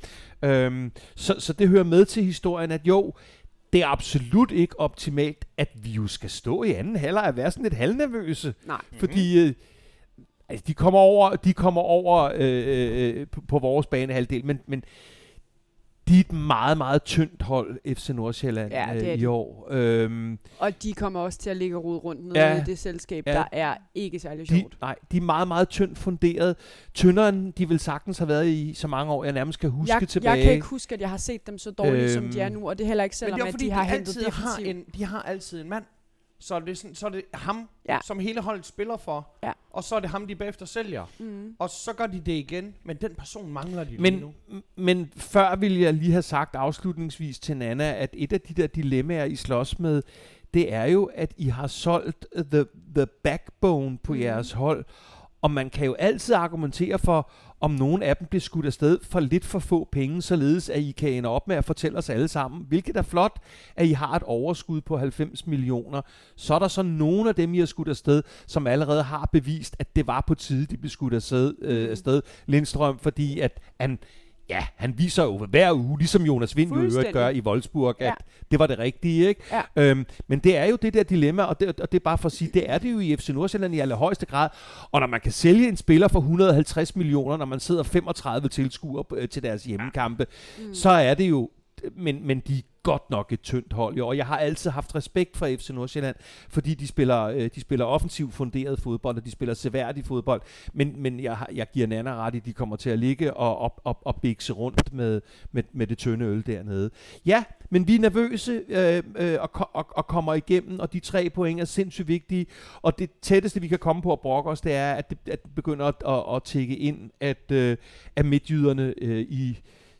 Så det hører med til historien, at jo, det er absolut ikke optimalt, at vi jo skal stå i anden halvleg og være sådan lidt halvnervøse. Nej. Fordi de kommer over på vores banehalvdel, men de er et meget, meget tyndt hold, FC Nordsjælland i år. Og de kommer også til at ligge og rode rundt nede i det selskab, der er ikke særlig sjovt. De er meget, meget tyndt funderet. Tyndere end de vil sagtens have været i så mange år, jeg nærmest kan huske tilbage. Jeg kan ikke huske, at jeg har set dem så dårligt, som de er nu, og det er heller ikke selvom, at de har hentet defensivt. De har altid en mand. Så er det ham, som hele holdet spiller for, og så er det ham, de bagefter sælger. Og så gør de det igen, men den person mangler de nu. Men før ville jeg lige have sagt afslutningsvis til Nana, at et af de der dilemmaer, I slås med, det er jo, at I har solgt the backbone på jeres hold, og man kan jo altid argumentere for, om nogen af dem bliver skudt afsted for lidt for få penge, således at I kan ende op med at fortælle os alle sammen, hvilket er flot, at I har et overskud på 90 millioner. Så er der så nogle af dem, I har skudt afsted, som allerede har bevist, at det var på tide, de blev skudt afsted. Lindstrøm, fordi at han viser jo hver uge, ligesom Jonas Vind jo gør i Wolfsburg, at det var det rigtige, ikke? Ja. Men det er jo det der dilemma, og det er bare for at sige, det er det jo i FC Nordsjælland i allerhøjeste grad. Og når man kan sælge en spiller for 150 millioner, når man sidder 35 tilskuere til deres hjemmekampe, så er det jo, men de godt nok et tyndt hold i år. Jeg har altid haft respekt for FC Nordsjælland, fordi de spiller offensivt funderet fodbold, og de spiller seværdig fodbold, men jeg giver Nana ret i, de kommer til at ligge og bikse rundt med det tynde øl dernede. Ja, men vi er nervøse og kommer igennem, og de 3 point er sindssygt vigtige, og det tætteste, vi kan komme på at brokke os, det er, at det begynder at tikke ind, at midtjyderne i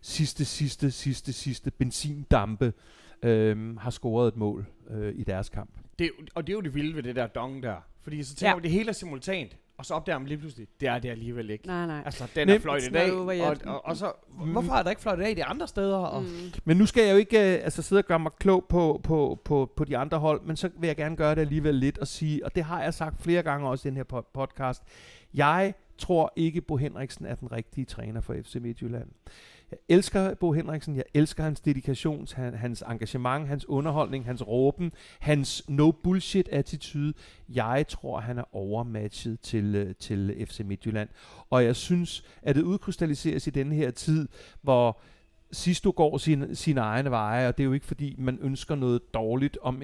sidste benzindampe har scoret et mål i deres kamp. Det er jo det vilde ved det der dong der. Fordi så tænker vi, det hele er simultant, og så opdager man lige pludselig, det er det alligevel ikke. Nej. Altså, den er fløjtet af, og så, hvorfor er der ikke fløjtet af de andre steder? Men nu skal jeg jo ikke sidde og gøre mig klog på de andre hold, men så vil jeg gerne gøre det alligevel lidt og sige, og det har jeg sagt flere gange også i den her podcast, jeg tror ikke, Bo Henriksen er den rigtige træner for FC Midtjylland. Jeg elsker Bo Henriksen, jeg elsker hans dedikation, hans engagement, hans underholdning, hans råben, hans no bullshit attitude. Jeg tror, han er overmatchet til FC Midtjylland. Og jeg synes, at det udkrystalliseres i denne her tid, hvor Sisto går sine egne veje, og det er jo ikke fordi, man ønsker noget dårligt om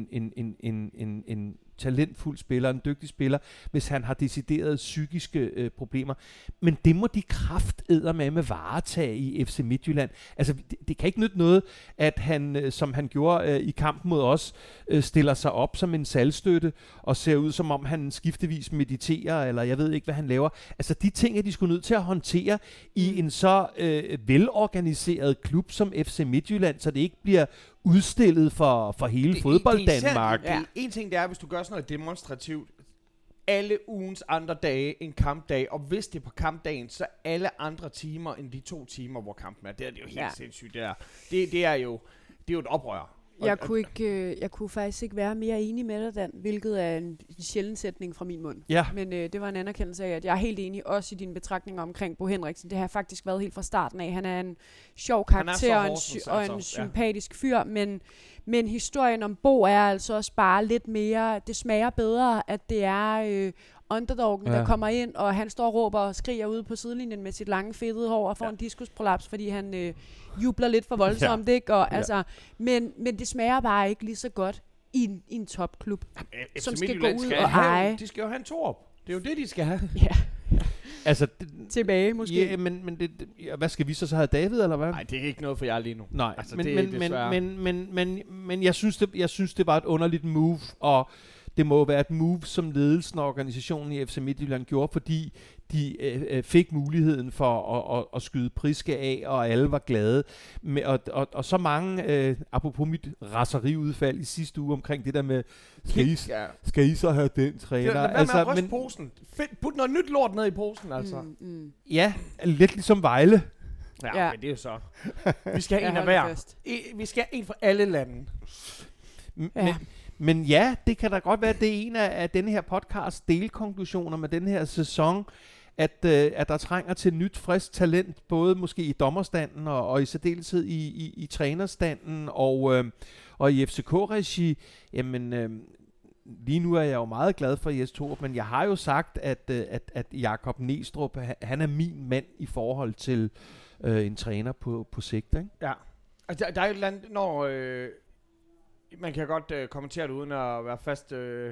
en talentfuld spiller, en dygtig spiller, hvis han har deciderede psykiske problemer. Men det må de krafteddermame varetage i FC Midtjylland. Altså, det kan ikke nytte noget, at han, som han gjorde i kampen mod os, stiller sig op som en salgstøtte, og ser ud som om han skiftevis mediterer, eller jeg ved ikke, hvad han laver. Altså, de ting er de skulle nødt til at håndtere i en så velorganiseret klub som FC Midtjylland, så det ikke bliver udstillet for hele fodbold Danmark. En ting det er, hvis du gør sådan noget demonstrativt alle ugens andre dage en kampdag, og hvis det er på kampdagen, så alle andre timer end de 2 timer, hvor kampen er. Det er jo helt sindssygt. Det er jo et oprør. Jeg kunne faktisk ikke være mere enig med dig, Dan, hvilket er en sjælden sætning fra min mund. Ja. Men det var en anerkendelse af, at jeg er helt enig også i dine betragtninger omkring Bo Henriksen. Det har faktisk været helt fra starten af. Han er en sjov karakter og en sympatisk fyr, men historien om Bo er altså også bare lidt mere, det smager bedre, at det er underdoggen, der kommer ind, og han står og råber og skriger ude på sidelinjen med sit lange fedtede hår og får en diskusprolaps, fordi han jubler lidt for voldsomt, ikke? Og, altså, men det smager bare ikke lige så godt i en topklub, som skal gå ud og eje. De skal jo have en Torup. Det er jo det, de skal have. Ja. Altså, tilbage måske. Ja, men hvad skal vi så have David, eller hvad? Nej, det er ikke noget for jer lige nu. Nej, altså, men jeg synes, det var et underligt move, og det må være et move, som ledelsen og organisationen i FC Midtjylland gjorde, fordi de fik muligheden for at skyde Priske af, og alle var glade. Og så mange, apropos mit raseriudfald i sidste uge omkring det der med, skal I så have den træner? Hvad med at ryste posen? Put noget nyt lort ned i posen, altså. Ja, lidt ligesom Vejle. Ja, men det er jo så. Vi skal have en af hver. Vi skal have en fra alle lande. Men ja, det kan da godt være, at det er en af denne her podcast delkonklusioner med den her sæson, at der trænger til nyt, frisk talent, både måske i dommerstanden og i særdeleshed i trænerstanden og i FCK-regi. Jamen, lige nu er jeg jo meget glad for Jes Torup, men jeg har jo sagt, at Jakob Næstrup, han er min mand i forhold til en træner på sigt, ikke? Ja, altså, der er jo et eller andet, når... man kan godt kommentere det uden at være fast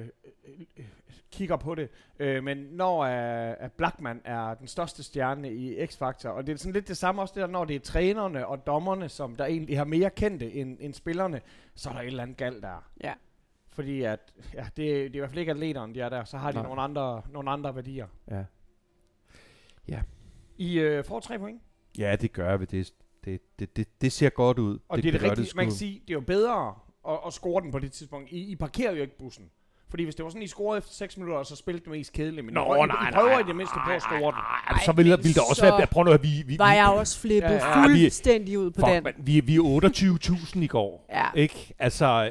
kigger på det, men når Blackman er den største stjerne i X-Factor, og det er sådan lidt det samme også der, når det er trænerne og dommerne, som der egentlig har mere kendte end spillerne, så er der et eller andet galt der. Ja. Fordi at, det er i hvert fald ikke atleterne, de er der, så har de nogle andre værdier. Ja. Ja. I får 3 point? Ja, det gør vi. Det ser godt ud. Og det er det rigtige, man kan sige, det er jo bedre at score den på det tidspunkt. I parkerer jo ikke bussen. Fordi hvis det var sådan, I scorede efter 6 minutter, og så spillede det mest kedelige. Men I prøver i det mindste på at score den. Så ville der også være... Prøv nu at vi var jeg også flippet fuldstændig ud på den. Man, vi er 28.000 i går. Ja. Ikke? Altså...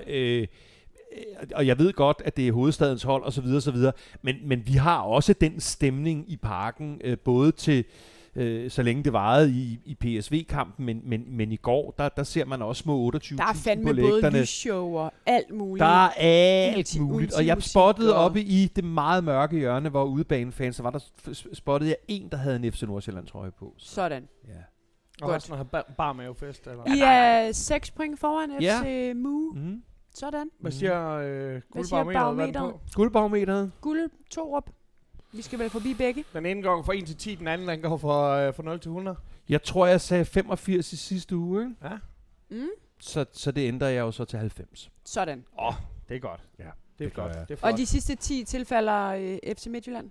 og jeg ved godt, at det er hovedstadens hold, og så videre, så videre. Men vi har også den stemning i parken, både til... så længe det varede i PSV-kampen, men i går, der ser man også små 28.000 på lægterne. Der er fandme både lysshow og alt muligt. Der er alt muligt, og jeg spottede oppe i det meget mørke hjørne, hvor udebanefans, så var der spottede jeg en, der havde en FC Nordsjælland trøje på. Sådan. Ja. Og godt. Sådan noget barmavefest, eller? I er 6 point foran FC Mu. Mm. Sådan. Hvad siger guldbarometeret? Guldbarometeret. Guld, Torup. Vi skal vel forbi begge. Den ene går fra 1 til 10, den anden den går fra 0 til 100. Jeg tror, jeg sagde 85 i sidste uge, ikke? Ja. Mm. Så det ændrer jeg jo så til 90. Sådan. Det er godt. Ja, det er godt. Det er flot. Og de sidste 10 tilfælder FC Midtjylland?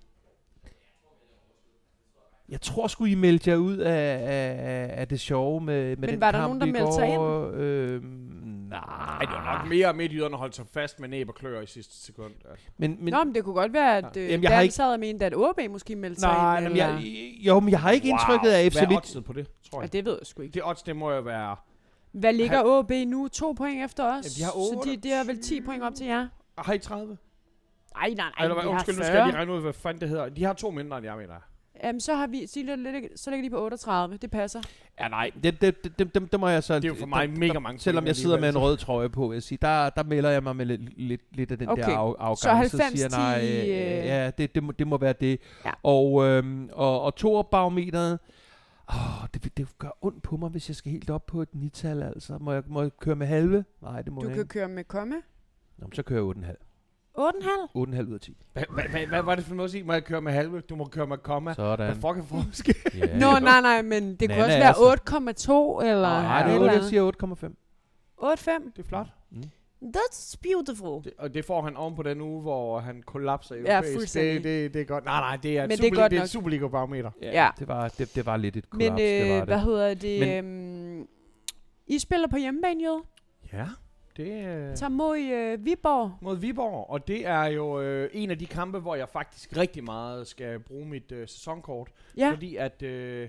Jeg tror sgu, I meldte jer ud af det sjove med den kamp. Men var der nogen, der meldte sig ind? Nej, det var nok mere midtjyderne holdt sig fast med næb og klør i sidste sekund. Altså. Men det kunne godt være, at jeg sad og mente, at OB måske meldte sig ind. Men jeg har ikke indtrykket af FC Midtjylland. Hvad er på det, tror jeg? Ja, det ved jeg sgu ikke. Det odds, det må jo være... Hvad ligger OB nu? 2 point efter os? Ja, de har 8. Så det er vel 10 point op til jer? Har I 30? Nej, eller, undskyld, nu skal jeg lige regne ud, hvad fanden det hedder. De har 2 mindre, end jeg mener. Jamen, så har vi, så ligger de på 38. Det passer. Ja, nej, det må jeg så... Det er jo for mig mega mange. Selvom jeg sidder med en rød trøje på, jeg siger, der melder jeg mig med lidt af den der afgang. Så 90 siger, nej, ja, det må være det. Ja. Og Torup-barometeret, det gør ondt på mig, hvis jeg skal helt op på et 9-tal, altså. Må jeg køre med halve? Nej, det må jeg ikke. Du kan køre med komme? Nå, så kører jeg 8,5. 8,5? 8,5 ud af 10. Hvad var det for noget at sige? Må jeg køre med halve? Du må køre med komma. Sådan. Hvad fuck er forskel? Yeah. Nå, nej, men det kunne også være 8,2 eller... Nej, det er 8, jeg siger 8,5. 8,5? Det er flot. That's beautiful. Det får han oven på den uge, hvor han kollapser europæisk. Ja, fuldstændig. Det er godt. Nej, det er et Superliga-barometer. Ja. Det var lidt et kollaps. Men hvad hedder det? I spiller på hjemmebane, jo? Ja. Tager mod Viborg. Mod Viborg, og det er jo en af de kampe, hvor jeg faktisk rigtig meget skal bruge mit sæsonkort. Ja. Fordi at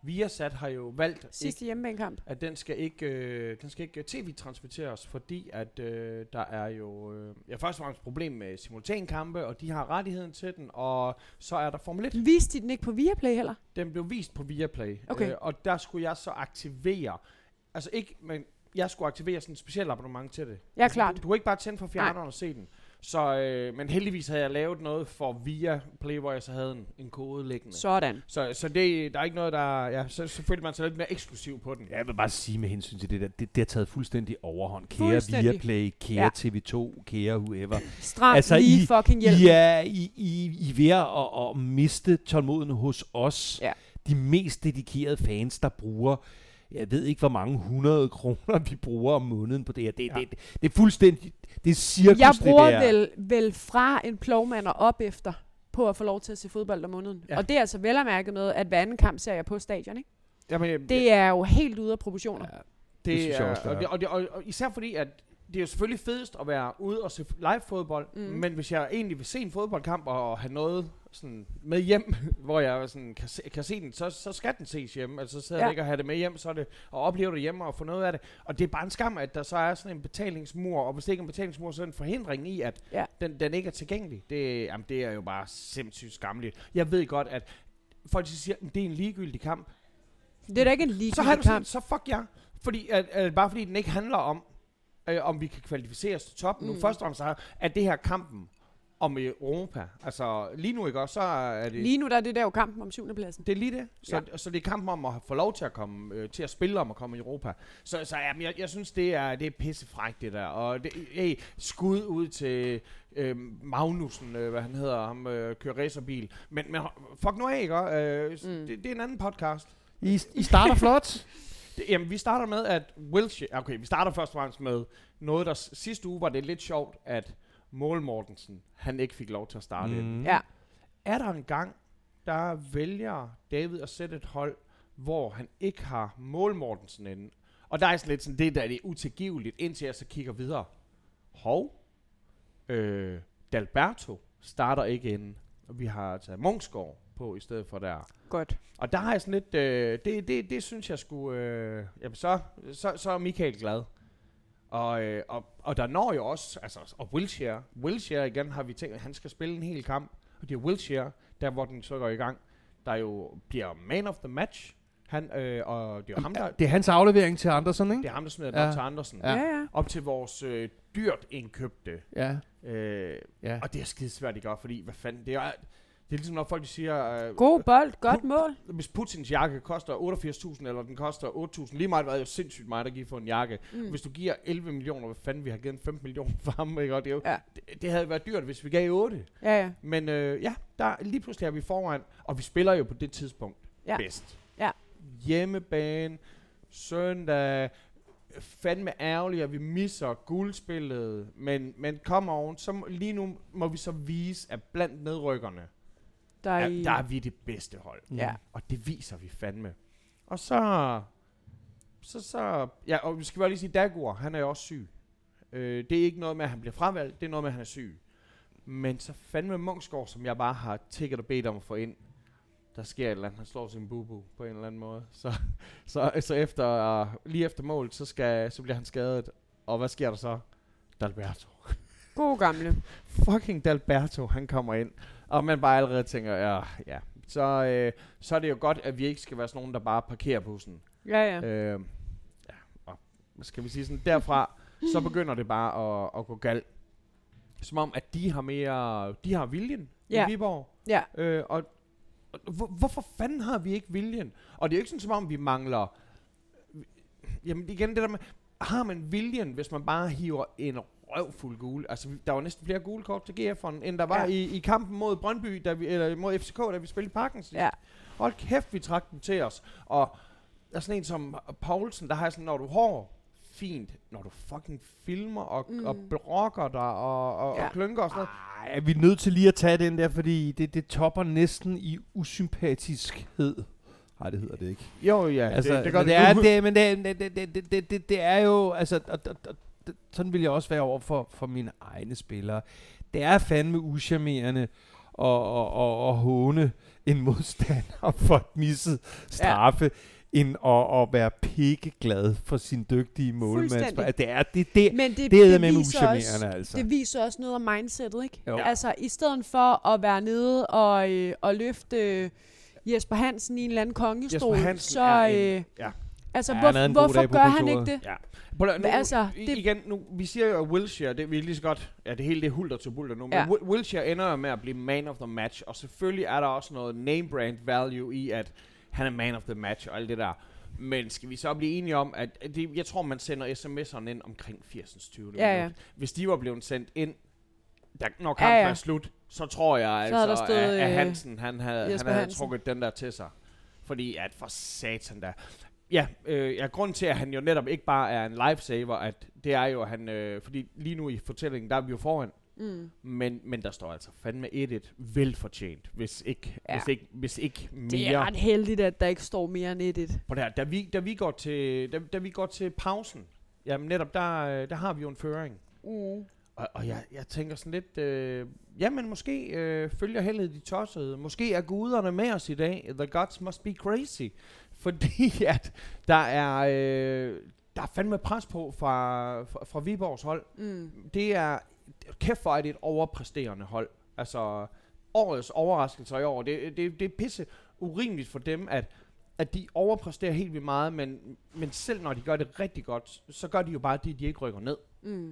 Viasat har jo valgt Sidste hjemmebanekamp. at den skal ikke tv-transporteres, fordi at der er jo først og fremmest problem med simultankampe, og de har rettigheden til den, og så er der Formel 1. Viste de den ikke på Viaplay heller? Den blev vist på Viaplay, Okay. og der skulle jeg så aktivere, altså ikke, men jeg skulle aktivere sådan et specielt abonnement til det. Ja, Altså, klart. Du kan ikke bare tænde for fjerneren og se den. Så, men heldigvis havde jeg lavet noget for Viaplay, hvor jeg så havde en kode liggende. Sådan. Så det, der er ikke noget, der... Ja, så følte man sig lidt mere eksklusiv på den. Jeg vil bare sige med hensyn til det der, det har taget fuldstændig overhånd. Kære Fuldstændig. Viaplay, kære TV2, kære whoever. Stram Altså, lige fucking hjælp. I er ved at miste tålmoden hos os. Ja. De mest dedikerede fans, der bruger... Jeg ved ikke, hvor mange 100 kroner vi bruger om måneden på det her. Det er fuldstændig... Det er cirkus, Jeg det bruger der. vel fra en plovmand og op efter på at få lov til at se fodbold om måneden. Ja. Og det er altså vel at mærke med, at hver anden kamp ser jeg på stadion, ikke? Jamen, Det er jo helt ude af proportioner. Ja, det synes jeg er, også, det er. og især fordi, at det er jo selvfølgelig fedest at være ude og se live fodbold, men hvis jeg egentlig vil se en fodboldkamp og have noget sådan med hjem, hvor jeg sådan kan se den, så skal den ses hjemme. Altså så sidder jeg ikke og have det med hjem, så er det at opleve det hjemme og få noget af det. Og det er bare en skam, at der så er sådan en betalingsmur, og hvis det ikke er en betalingsmur, så er det en forhindring i, at den ikke er tilgængelig. Det er jo bare sindssygt skamligt. Jeg ved godt, at folk siger, at det er en ligegyldig kamp. Det er da ikke en ligegyldig Så har du kamp. sådan, så fuck jer. Fordi, bare fordi den ikke handler om vi kan kvalificeres til toppen. Nu først og fremmest er det her kampen om Europa. Altså lige nu ikke også, så er det... Lige nu der er det der jo kampen om 7. pladsen. Det er lige det. Så det er kampen om at få lov til at komme til at spille om at komme i Europa. Så jamen, jeg synes det er pissefrækt det der. Og det, skud ud til Magnussen, hvad han hedder, ham kører racerbil. Men fuck nu af, ikke? Det er en anden podcast. I starter flot. Jamen, vi starter med, at Wilshere... Okay, vi starter først og fremmest med noget, der sidste uge var det lidt sjovt, at Mål Mortensen, han ikke fik lov til at starte ind. Ja. Er der en gang, der vælger David at sætte et hold, hvor han ikke har Mål Mortensen inde? Og der er sådan lidt sådan, det der er utilgiveligt, indtil jeg så kigger videre. Dalberto starter ikke inde, og vi har taget Munksgaard på i stedet for der. Godt. Og der har jeg sådan lidt, det synes jeg skulle, jamen så er Michael glad. Og der når jo også, altså, og Wilshere igen har vi tænkt, at han skal spille en hel kamp. Og det er Wilshere, der hvor den så går i gang, der jo bliver man of the match. Han, og det er ham, der... Det er hans aflevering til Andersen, ikke? Det er ham, der smider den op til Andersen. Ja. Op til vores dyrt indkøbte. Ja. Og det er skidesvært, ikke? Fordi, hvad fanden, det er ligesom når folk siger... God bold, godt mål. Hvis Putins jakke koster 88.000, eller den koster 8.000, lige meget, det er jo sindssygt meget, der giver for en jakke. Hvis du giver 11 millioner, hvad fanden, vi har givet 15 millioner for ham, ikke? Og det, er jo, det havde været dyrt, hvis vi gav 8. Ja. Men der lige pludselig er vi foran, og vi spiller jo på det tidspunkt bedst. Ja. Hjemmebane, søndag, fandme ærgerligt, at vi misser guldspillet, men kom oven, så lige nu må vi så vise, at blandt nedrykkerne, der er vi det bedste hold. Ja. Og det viser vi fandme. Og så ja, og vi skal bare lige sige, Dagur, han er jo også syg. Det er ikke noget med, at han bliver fravalgt, det er noget med, at han er syg. Men så fandme Munksgaard, som jeg bare har tækket og bedt om at få ind, der sker et eller andet, han slår sin bubu på en eller anden måde. Så efter, lige efter mål, så bliver han skadet. Og hvad sker der så? Dalberto. God gamle. Fucking Dalberto, han kommer ind. Og man bare allerede tænker, ja. Så er det jo godt, at vi ikke skal være sådan nogen, der bare parkerer bussen. Ja. Og skal vi sige sådan, derfra, så begynder det bare at gå galt. Som om, at de har viljen i Viborg. Ja. Og hvorfor fanden har vi ikke viljen? Og det er jo ikke sådan, som om vi mangler... Jamen igen, det der med... Har man viljen, hvis man bare hiver en røvfuld gule? Altså, der var næsten flere gule kort til GF'eren, end der var i kampen mod Brøndby, eller mod FCK, da vi spillede i Parken sidst. Ja. Hold kæft, vi trak den til os. Og der er sådan en som Poulsen, der har sådan, når du har fint, når du fucking filmer og brokker dig og klynker og sådan noget. Er vi nødt til lige at tage den der, fordi det topper næsten i usympatiskhed. Nej, det hedder det ikke. Jo, ja, altså, det gør det. Det er jo, altså, sådan vil jeg også være over for mine egne spillere. Det er fandme uschammerende og håne en modstander for et misset straffe, end at være pikkeglad for sin dygtige målmand. Det er med uschammerende, altså. Det viser også noget om mindsetet, ikke? Jo. Altså, i stedet for at være nede og løfte Jesper Hansen i en eller anden kongestol, så... Altså, hvorfor gør han ikke det? Ja. Igen, vi siger jo, at Wilshere, det vi lige så godt, det hele det hulter til bulter nu, men Wilshere ender jo med at blive man of the match, og selvfølgelig er der også noget name brand value i, at han er man of the match og alt det der. Men skal vi så blive enige om, at jeg tror, man sender sms'erne ind omkring 80'ens 20. Ja. Hvis de var blevet sendt ind, når kampen er slut, så tror jeg altså, at Hansen, han havde trukket den der til sig. Fordi at for satan da. Ja, grund til, at han jo netop ikke bare er en lifesaver, at det er jo, at han, fordi lige nu i fortællingen, der er vi jo foran. Men der står altså fandme 1-1 velfortjent, hvis ikke mere. Det er ret heldigt, at der ikke står mere end 1-1. På det her, da vi går til pausen, jamen netop der har vi jo en føring. Og jeg tænker sådan lidt, jamen måske følger heldet de tossede. Måske er guderne med os i dag. The gods must be crazy. Fordi at der er fandme pres på fra Viborgs hold. Det er kæft for, at det er et overpræsterende hold. Altså årets overraskelser i år. Det er pisse urimeligt for dem, at de overpræsterer helt vildt meget, men selv når de gør det rigtig godt, så gør de jo bare det, de ikke rykker ned.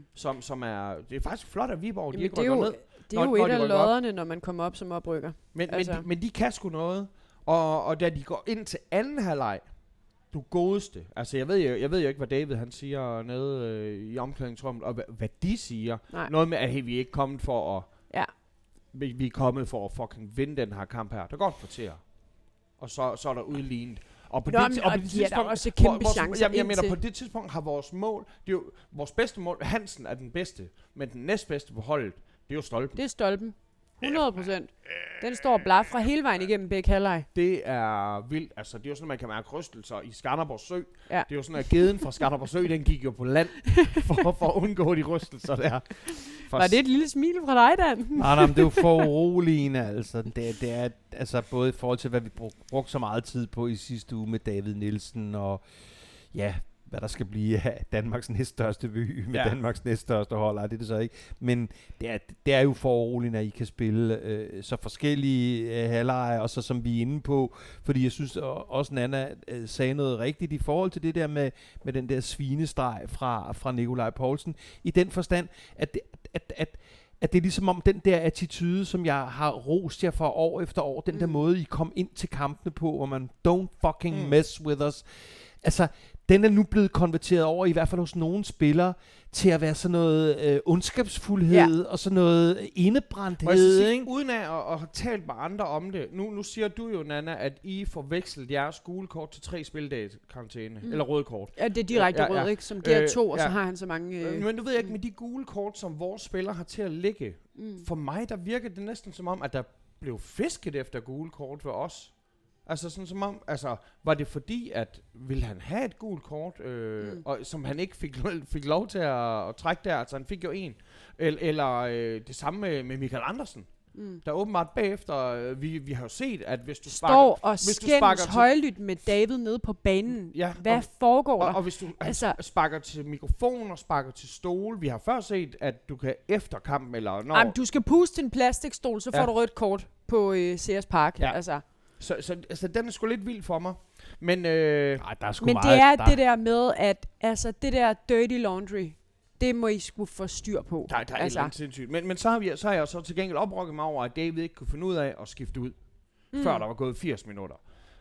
Som er, det er faktisk flot, at Viborg de ikke rykker ned. Det er jo et af lodderne, når man kommer op som oprykker. Men de kan sgu noget. Og da de går ind til anden halvleg, du godeste. Altså jeg ved jo ikke, hvad David han siger nede i omklædningsrummet, og hvad de siger. Nej. Noget med, at vi er ikke kommet for at... Ja. Vi er kommet for at fucking vinde den her kamp her. Der går et kvarter. Og så er der udlignet. Og på det tidspunkt, også kæmpe chancer jeg mener, på det tidspunkt har vores mål, det er jo vores bedste mål. Hansen er den bedste, men den næstbedste på holdet, det er jo Stolpen. Det er Stolpen. 100%. Den står blafra hele vejen igennem begge halvleg. Det er vildt. Altså, det er jo sådan, man kan mærke rystelser i Skanderborg Sø. Ja. Det er jo sådan, at geden fra Skanderborg Sø, den gik jo på land for at undgå de rystelser der. Var det et lille smil fra dig, Dan? Nej, men det er jo for uroligende, altså. Det er altså både i forhold til, hvad vi brugte så meget tid på i sidste uge med David Nielsen, og ja, hvad der skal blive af Danmarks næststørste by med Danmarks næststørste hold, det er det så ikke. Men det er jo for uroligende, at I kan spille så forskellige halvleje, og så som vi er inde på, fordi jeg synes også, Nana sagde noget rigtigt i forhold til det der med den der svinestreg fra Nikolaj Poulsen, i den forstand, at det er ligesom om den der attitude, som jeg har rost jer for år efter år, den der måde, I kom ind til kampene på, hvor man don't fucking mess with us. Altså, den er nu blevet konverteret over, i hvert fald hos nogle spillere, til at være sådan noget ondskabsfuldhed og sådan noget indebrændthed, ikke? Uden at have talt med andre om det. Nu siger du jo, Nana, at I forvekslede jeres gulekort til 3 spilledage karantæne, eller røde kort. Ja, det er direkte rød, ikke? Som giver 2, og så har han så mange... Men du ved ikke, med de gule kort, som vores spillere har til at ligge, for mig, der virker det næsten som om, at der blev fisket efter gule kort ved os. Altså sådan som om, altså var det fordi, at ville han have et gult kort, og som han ikke fik lov til at trække der, altså han fik jo en, eller det samme med Michael Andersen, der åbenbart bagefter, vi har jo set, at hvis du står og skændes højlydt med David nede på banen, hvad foregår der? Og hvis du sparker til mikrofon og sparker til stol, vi har før set, at du kan efter kampen, eller når... Jamen, du skal puste til en plastikstol, så får du rødt kort på CS Park, altså. Så den er sgu lidt vild for mig. Men, det er det der med, at altså, det der dirty laundry, det må I sgu få styr på. Der er et eller andet sindssygt. Men så har jeg så til gengæld oprykket mig over, at David ikke kunne finde ud af at skifte ud, før der var gået 80 minutter.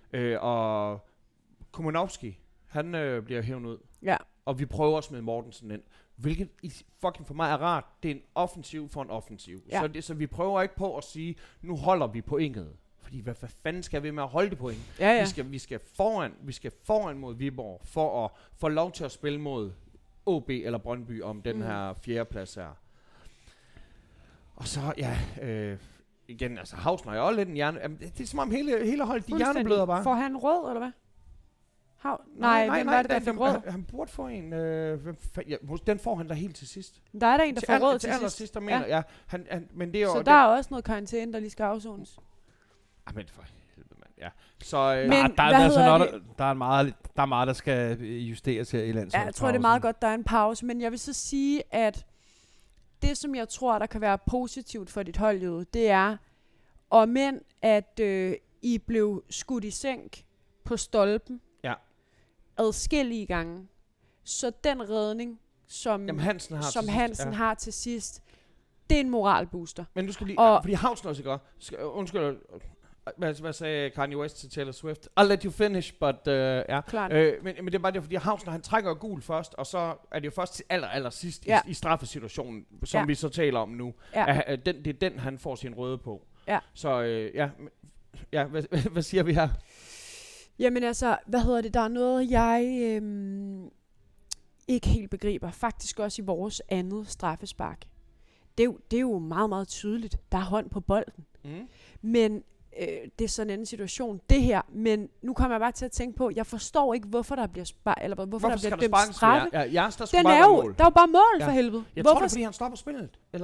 Og Komanovski, han bliver hævet ud. Ja. Og vi prøver at smide Mortensen ind. Hvilket fucking for mig er rart. Det er en offensiv for en offensiv. Ja. Så vi prøver ikke på at sige, nu holder vi pointet. Fordi hvad fanden skal vi med at holde det point? Ja. Vi skal foran mod Viborg for at få lov til at spille mod OB eller Brøndby om den her 4. plads her. Og så igen, altså Hausner er jo lidt en hjerne. Det er som om hele holdet, de hjernebløder bare. Får han rød, eller hvad? Nej, hvem var det, der fik rød? Han burde få en... den får han da helt til sidst. Der er der en, der får rød til sidst. Til allersidst, der mener jeg. Men det er jo... Så der er også noget karantæne, der lige skal afsones. Men for helvede, mand. Ja. Så... Men der er meget, der skal justeres her i landsholdspausen. Ja, jeg tror, det er meget godt, der er en pause. Men jeg vil så sige, at det, som jeg tror, der kan være positivt for dit hold, jo, det er, at I blev skudt i sænk på stolpen adskillige gange. Så den redning, som Hansen har til sidst, det er en moralbooster. Men du skal lige... fordi Havsen også, ikke? Undskyld... Hvad sagde Kanye West til Taylor Swift? I'll let you finish, but... men det er bare det, fordi Havsen, han trækker gul først, og så er det jo først til aller sidst i straffesituationen, som vi så taler om nu. Ja. Det er den, han får sin røde på. Ja. Så hvad siger vi her? Jamen altså, der er noget, jeg ikke helt begriber. Faktisk også i vores andet straffespark. Det er jo meget, meget tydeligt. Der er hånd på bolden. Men det er sådan en anden situation, det her. Men nu kommer jeg bare til at tænke på, jeg forstår ikke, hvorfor der bliver hvorfor der bliver dømt straffe. Der er jo bare mål for helvede. Jeg tror det er, fordi han stopper spillet. Eller...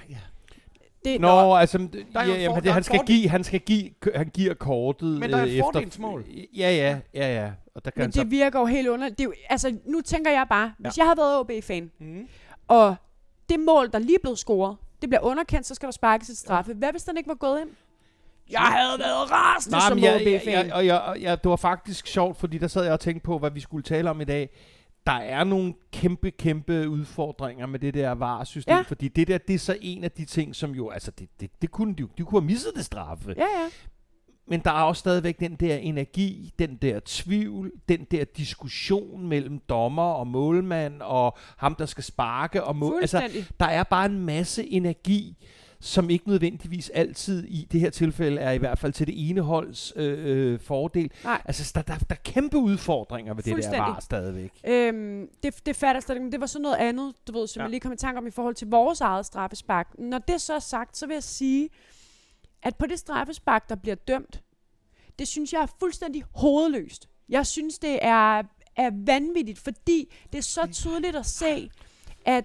Han giver kortet. Men der er et fordelsmål. Ja. Og der kan men det virker jo helt underligt. Nu tænker jeg bare, hvis jeg havde været OB-fan, og det mål, der lige er blevet scoret, det bliver underkendt, så skal der sparkes et straffe. Hvad hvis den ikke var gået ind? Jeg havde været rasende som OB-fan. Det var faktisk sjovt, fordi der sad jeg og tænkte på, hvad vi skulle tale om i dag. Der er nogle kæmpe udfordringer med det der VAR-system, fordi det er så en af de ting, som jo, altså det kunne de kunne have misset det straffe. Ja. Men der er også stadigvæk den der energi, den der tvivl, den der diskussion mellem dommer og målmand og ham, der skal sparke. Altså, der er bare en masse energi, som ikke nødvendigvis altid i det her tilfælde er i hvert fald til det ene holds fordel. Nej. Altså, der er kæmpe udfordringer ved det der VAR stadigvæk. Det fatter slet ikke, men det var sådan noget andet, du ved, som jeg lige kom i tanke om i forhold til vores eget straffespark. Når det så er sagt, så vil jeg sige, at på det straffespark, der bliver dømt, det synes jeg er fuldstændig hovedløst. Jeg synes, det er vanvittigt, fordi det er så tydeligt at se, at...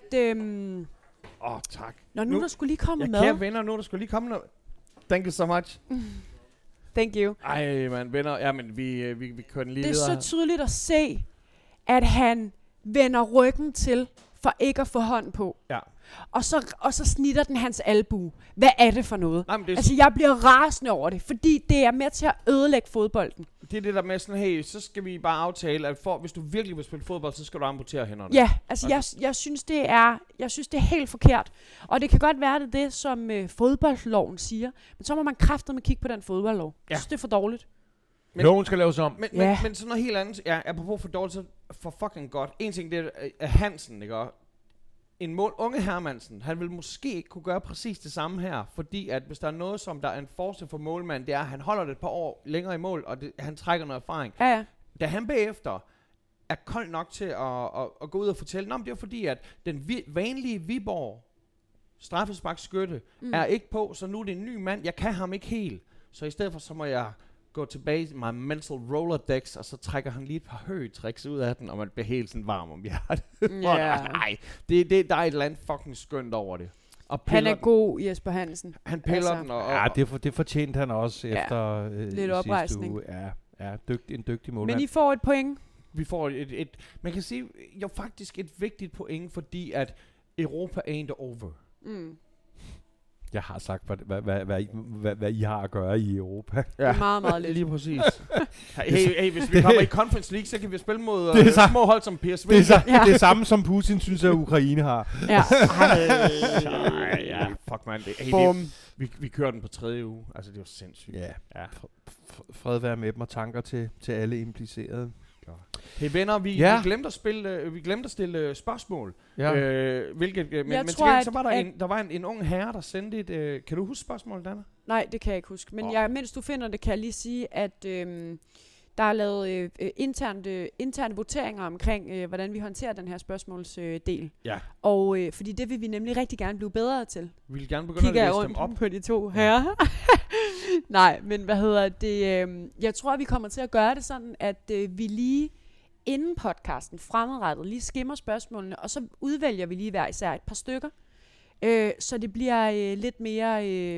tak. Nu der skulle lige komme med. Kære venner, nu der skulle lige komme noget. Thank you so much. Thank you. Ej, man, venner. Ja, men vi kører den lige videre. Det er så tydeligt at se, at han vender ryggen til, for ikke at få hånd på. Ja. Og så snitter den hans albue. Hvad er det for noget? Nej, jeg bliver rasende over det, fordi det er med til at ødelægge fodbolden. Det er det der med sådan, hey, så skal vi bare aftale, at hvis du virkelig vil spille fodbold, så skal du amputere hænderne. Ja, altså jeg synes, det er helt forkert. Og det kan godt være det som fodboldloven siger, men så må man kraftedeme kigge på den fodboldlov. Jeg synes, det er for dårligt. Loven skal laves om. Men sådan noget helt andet. Ja, apropos for dårligt, så for fucking godt. En ting, det er Hansen, ikke? Unge Hermansen, han vil måske ikke kunne gøre præcis det samme her, fordi at hvis der er noget, som der er en forskel for målmand, det er, at han holder det et par år længere i mål, og han trækker noget erfaring. Ja. Da han bagefter er kold nok til at gå ud og fortælle, det er fordi, at den vanlige Viborg straffesparkskytte er ikke på, så nu er det en ny mand, jeg kan ham ikke helt. Så i stedet for, så må jeg gå tilbage i my mental Rolodex, og så trækker han lige et par højtricks ud af den, og man bliver helt sådan varm om hjertet. Nej, der er et eller andet fucking skønt over det. Han er god, Jesper Hansen. Han piller den. Ja, det fortjente han også efter lidt oprejsning. Ja, en dygtig målmand. Men I får et point. Vi får man kan sige, jo faktisk et vigtigt point, fordi at Europa ain't over. Jeg har sagt, hvad I har at gøre i Europa. Ja. Det er meget, meget lidt. Lige præcis. hey, hvis vi kommer i Conference League, så kan vi spille mod små hold som PSV. Det er det samme, som Putin synes, at Ukraine har. Ja. Fuck man. Vi kører den på 3. uge. Altså, det var sindssygt. Ja. Fred være med dem og tanker til alle implicerede. Hey venner, vi glemte at stille spørgsmål. Ja. Så var der en ung herre, der sendte et... kan du huske spørgsmålet, Danna? Nej, det kan jeg ikke huske. Men mens du finder det, kan jeg lige sige, at Der er lavet interne voteringer omkring, hvordan vi håndterer den her spørgsmålsdel. Ja. Og fordi det vil vi nemlig rigtig gerne blive bedre til. Vi vil gerne begynde Kigger at jeg læse dem op. rundt på de to her. Nej, men hvad hedder det? Jeg tror, vi kommer til at gøre det sådan, at vi lige inden podcasten fremadrettet lige skimmer spørgsmålene, og så udvælger vi lige hver især et par stykker. Så det bliver lidt mere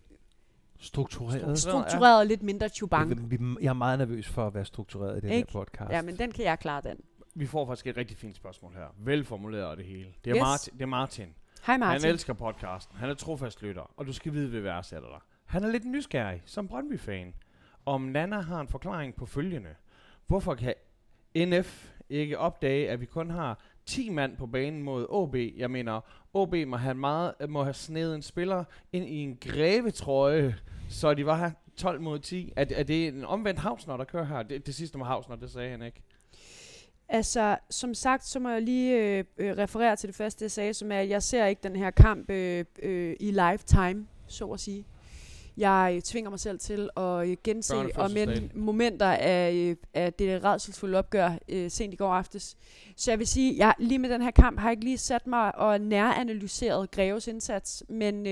struktureret og lidt mindre chubang. Jeg er meget nervøs for at være struktureret i den her podcast. Ja, men den kan jeg klare, den. Vi får faktisk et rigtig fint spørgsmål her. Velformuleret og det hele. Det er, Yes. det er Martin. Hej Martin. Han elsker podcasten. Han er trofast lytter, og du skal vide, hvad værdsætter dig. Han er lidt nysgerrig som Brøndby-fan. Om Nana har en forklaring på følgende. Hvorfor kan NF ikke opdage, at vi kun har 10 mand på banen mod OB? Jeg mener, OB må have snedet en spiller ind i en grevetrøje, så de var her 12 mod 10. Er det en omvendt Hausner, der kører her? Det sidste med Hausner, det sagde han ikke. Altså, som sagt, så må jeg lige referere til det første, jeg sagde, som er, at jeg ser ikke den her kamp i lifetime, så at sige. Jeg tvinger mig selv til at gense momenter af det rædselsfulde opgør sent i går aftes. Så jeg vil sige, jeg lige med den her kamp har jeg ikke lige sat mig og næranalyseret Greves indsats, men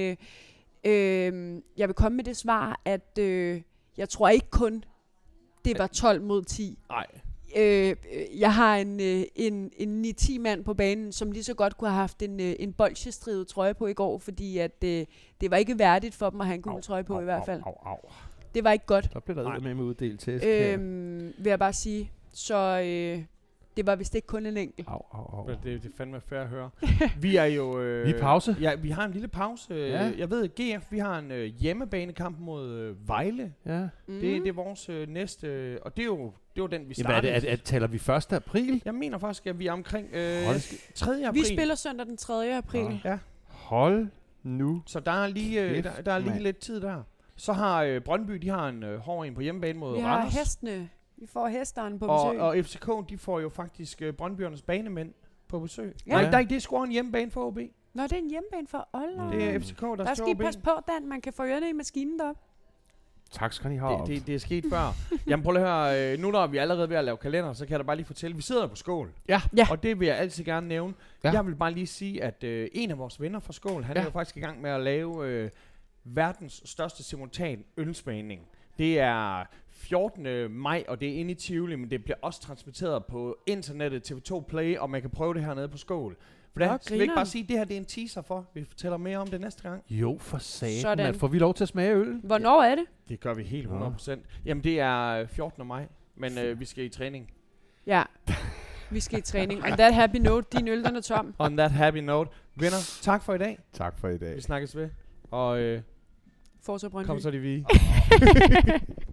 jeg vil komme med det svar, at jeg tror ikke kun, det var 12 mod 10. Nej. Jeg har en 9-10 mand på banen, som lige så godt kunne have haft en bolsjestrivet trøje på i går, fordi at det var ikke værdigt for dem at have en gul trøje på i hvert fald. Det var ikke godt. Der blev der med uddelt tæsk. Vil jeg bare sige. Så det var vist ikke kun en enkelt. Det er fandme fair at høre. Vi er jo... vi er pause. Ja, vi har en lille pause. Ja. Jeg ved, GF, vi har en hjemmebanekamp mod Vejle. Ja. Det er vores næste... Og det er jo den, vi starter. Jamen, taler vi 1. april? Jeg mener faktisk, at vi er omkring 3. april. Vi spiller søndag den 3. april. Ja. Hold nu. Så der er lige lidt tid der. Så har Brøndby, de har en hård en på hjemmebane mod Vi Randers. har hestene. Vi får hesteren på besøg. Og FCK, de får jo faktisk Brøndbyernes banemænd på besøg. Ja. Nej, det er sgu en hjemmebane for OB. Nå, det er en hjemmebane for Aalborg. Det er FCK, der skal I passe på, Dan. Man kan få ørerne i maskinen deroppe. Tak skal I have. Det er sket før. Jamen prøv at høre, nu der er vi allerede ved at lave kalender, så kan jeg da bare lige fortælle, vi sidder på Skål. Ja. Og det vil jeg altid gerne nævne. Ja. Jeg vil bare lige sige, at en af vores venner fra Skål, han er jo faktisk i gang med at lave verdens største simultan ølsmagning. Det er 14. maj, og det er inde i Tivoli, men det bliver også transmitteret på internettet, TV2 Play, og man kan prøve det hernede på Skål. For skal vi ikke bare sige, at det her det er en teaser for? Vi fortæller mere om det næste gang. Jo, for satan. Sådan. Får vi lov til at smage øl? Hvornår er det? Det gør vi helt 100%. Jamen, det er 14. maj, men vi skal i træning. Ja, vi skal i træning. On that happy note, din øl den er tom. On that happy note. Venner, tak for i dag. Tak for i dag. Vi snakkes ved. Og Fortsæt Brøndby. kom så de vi.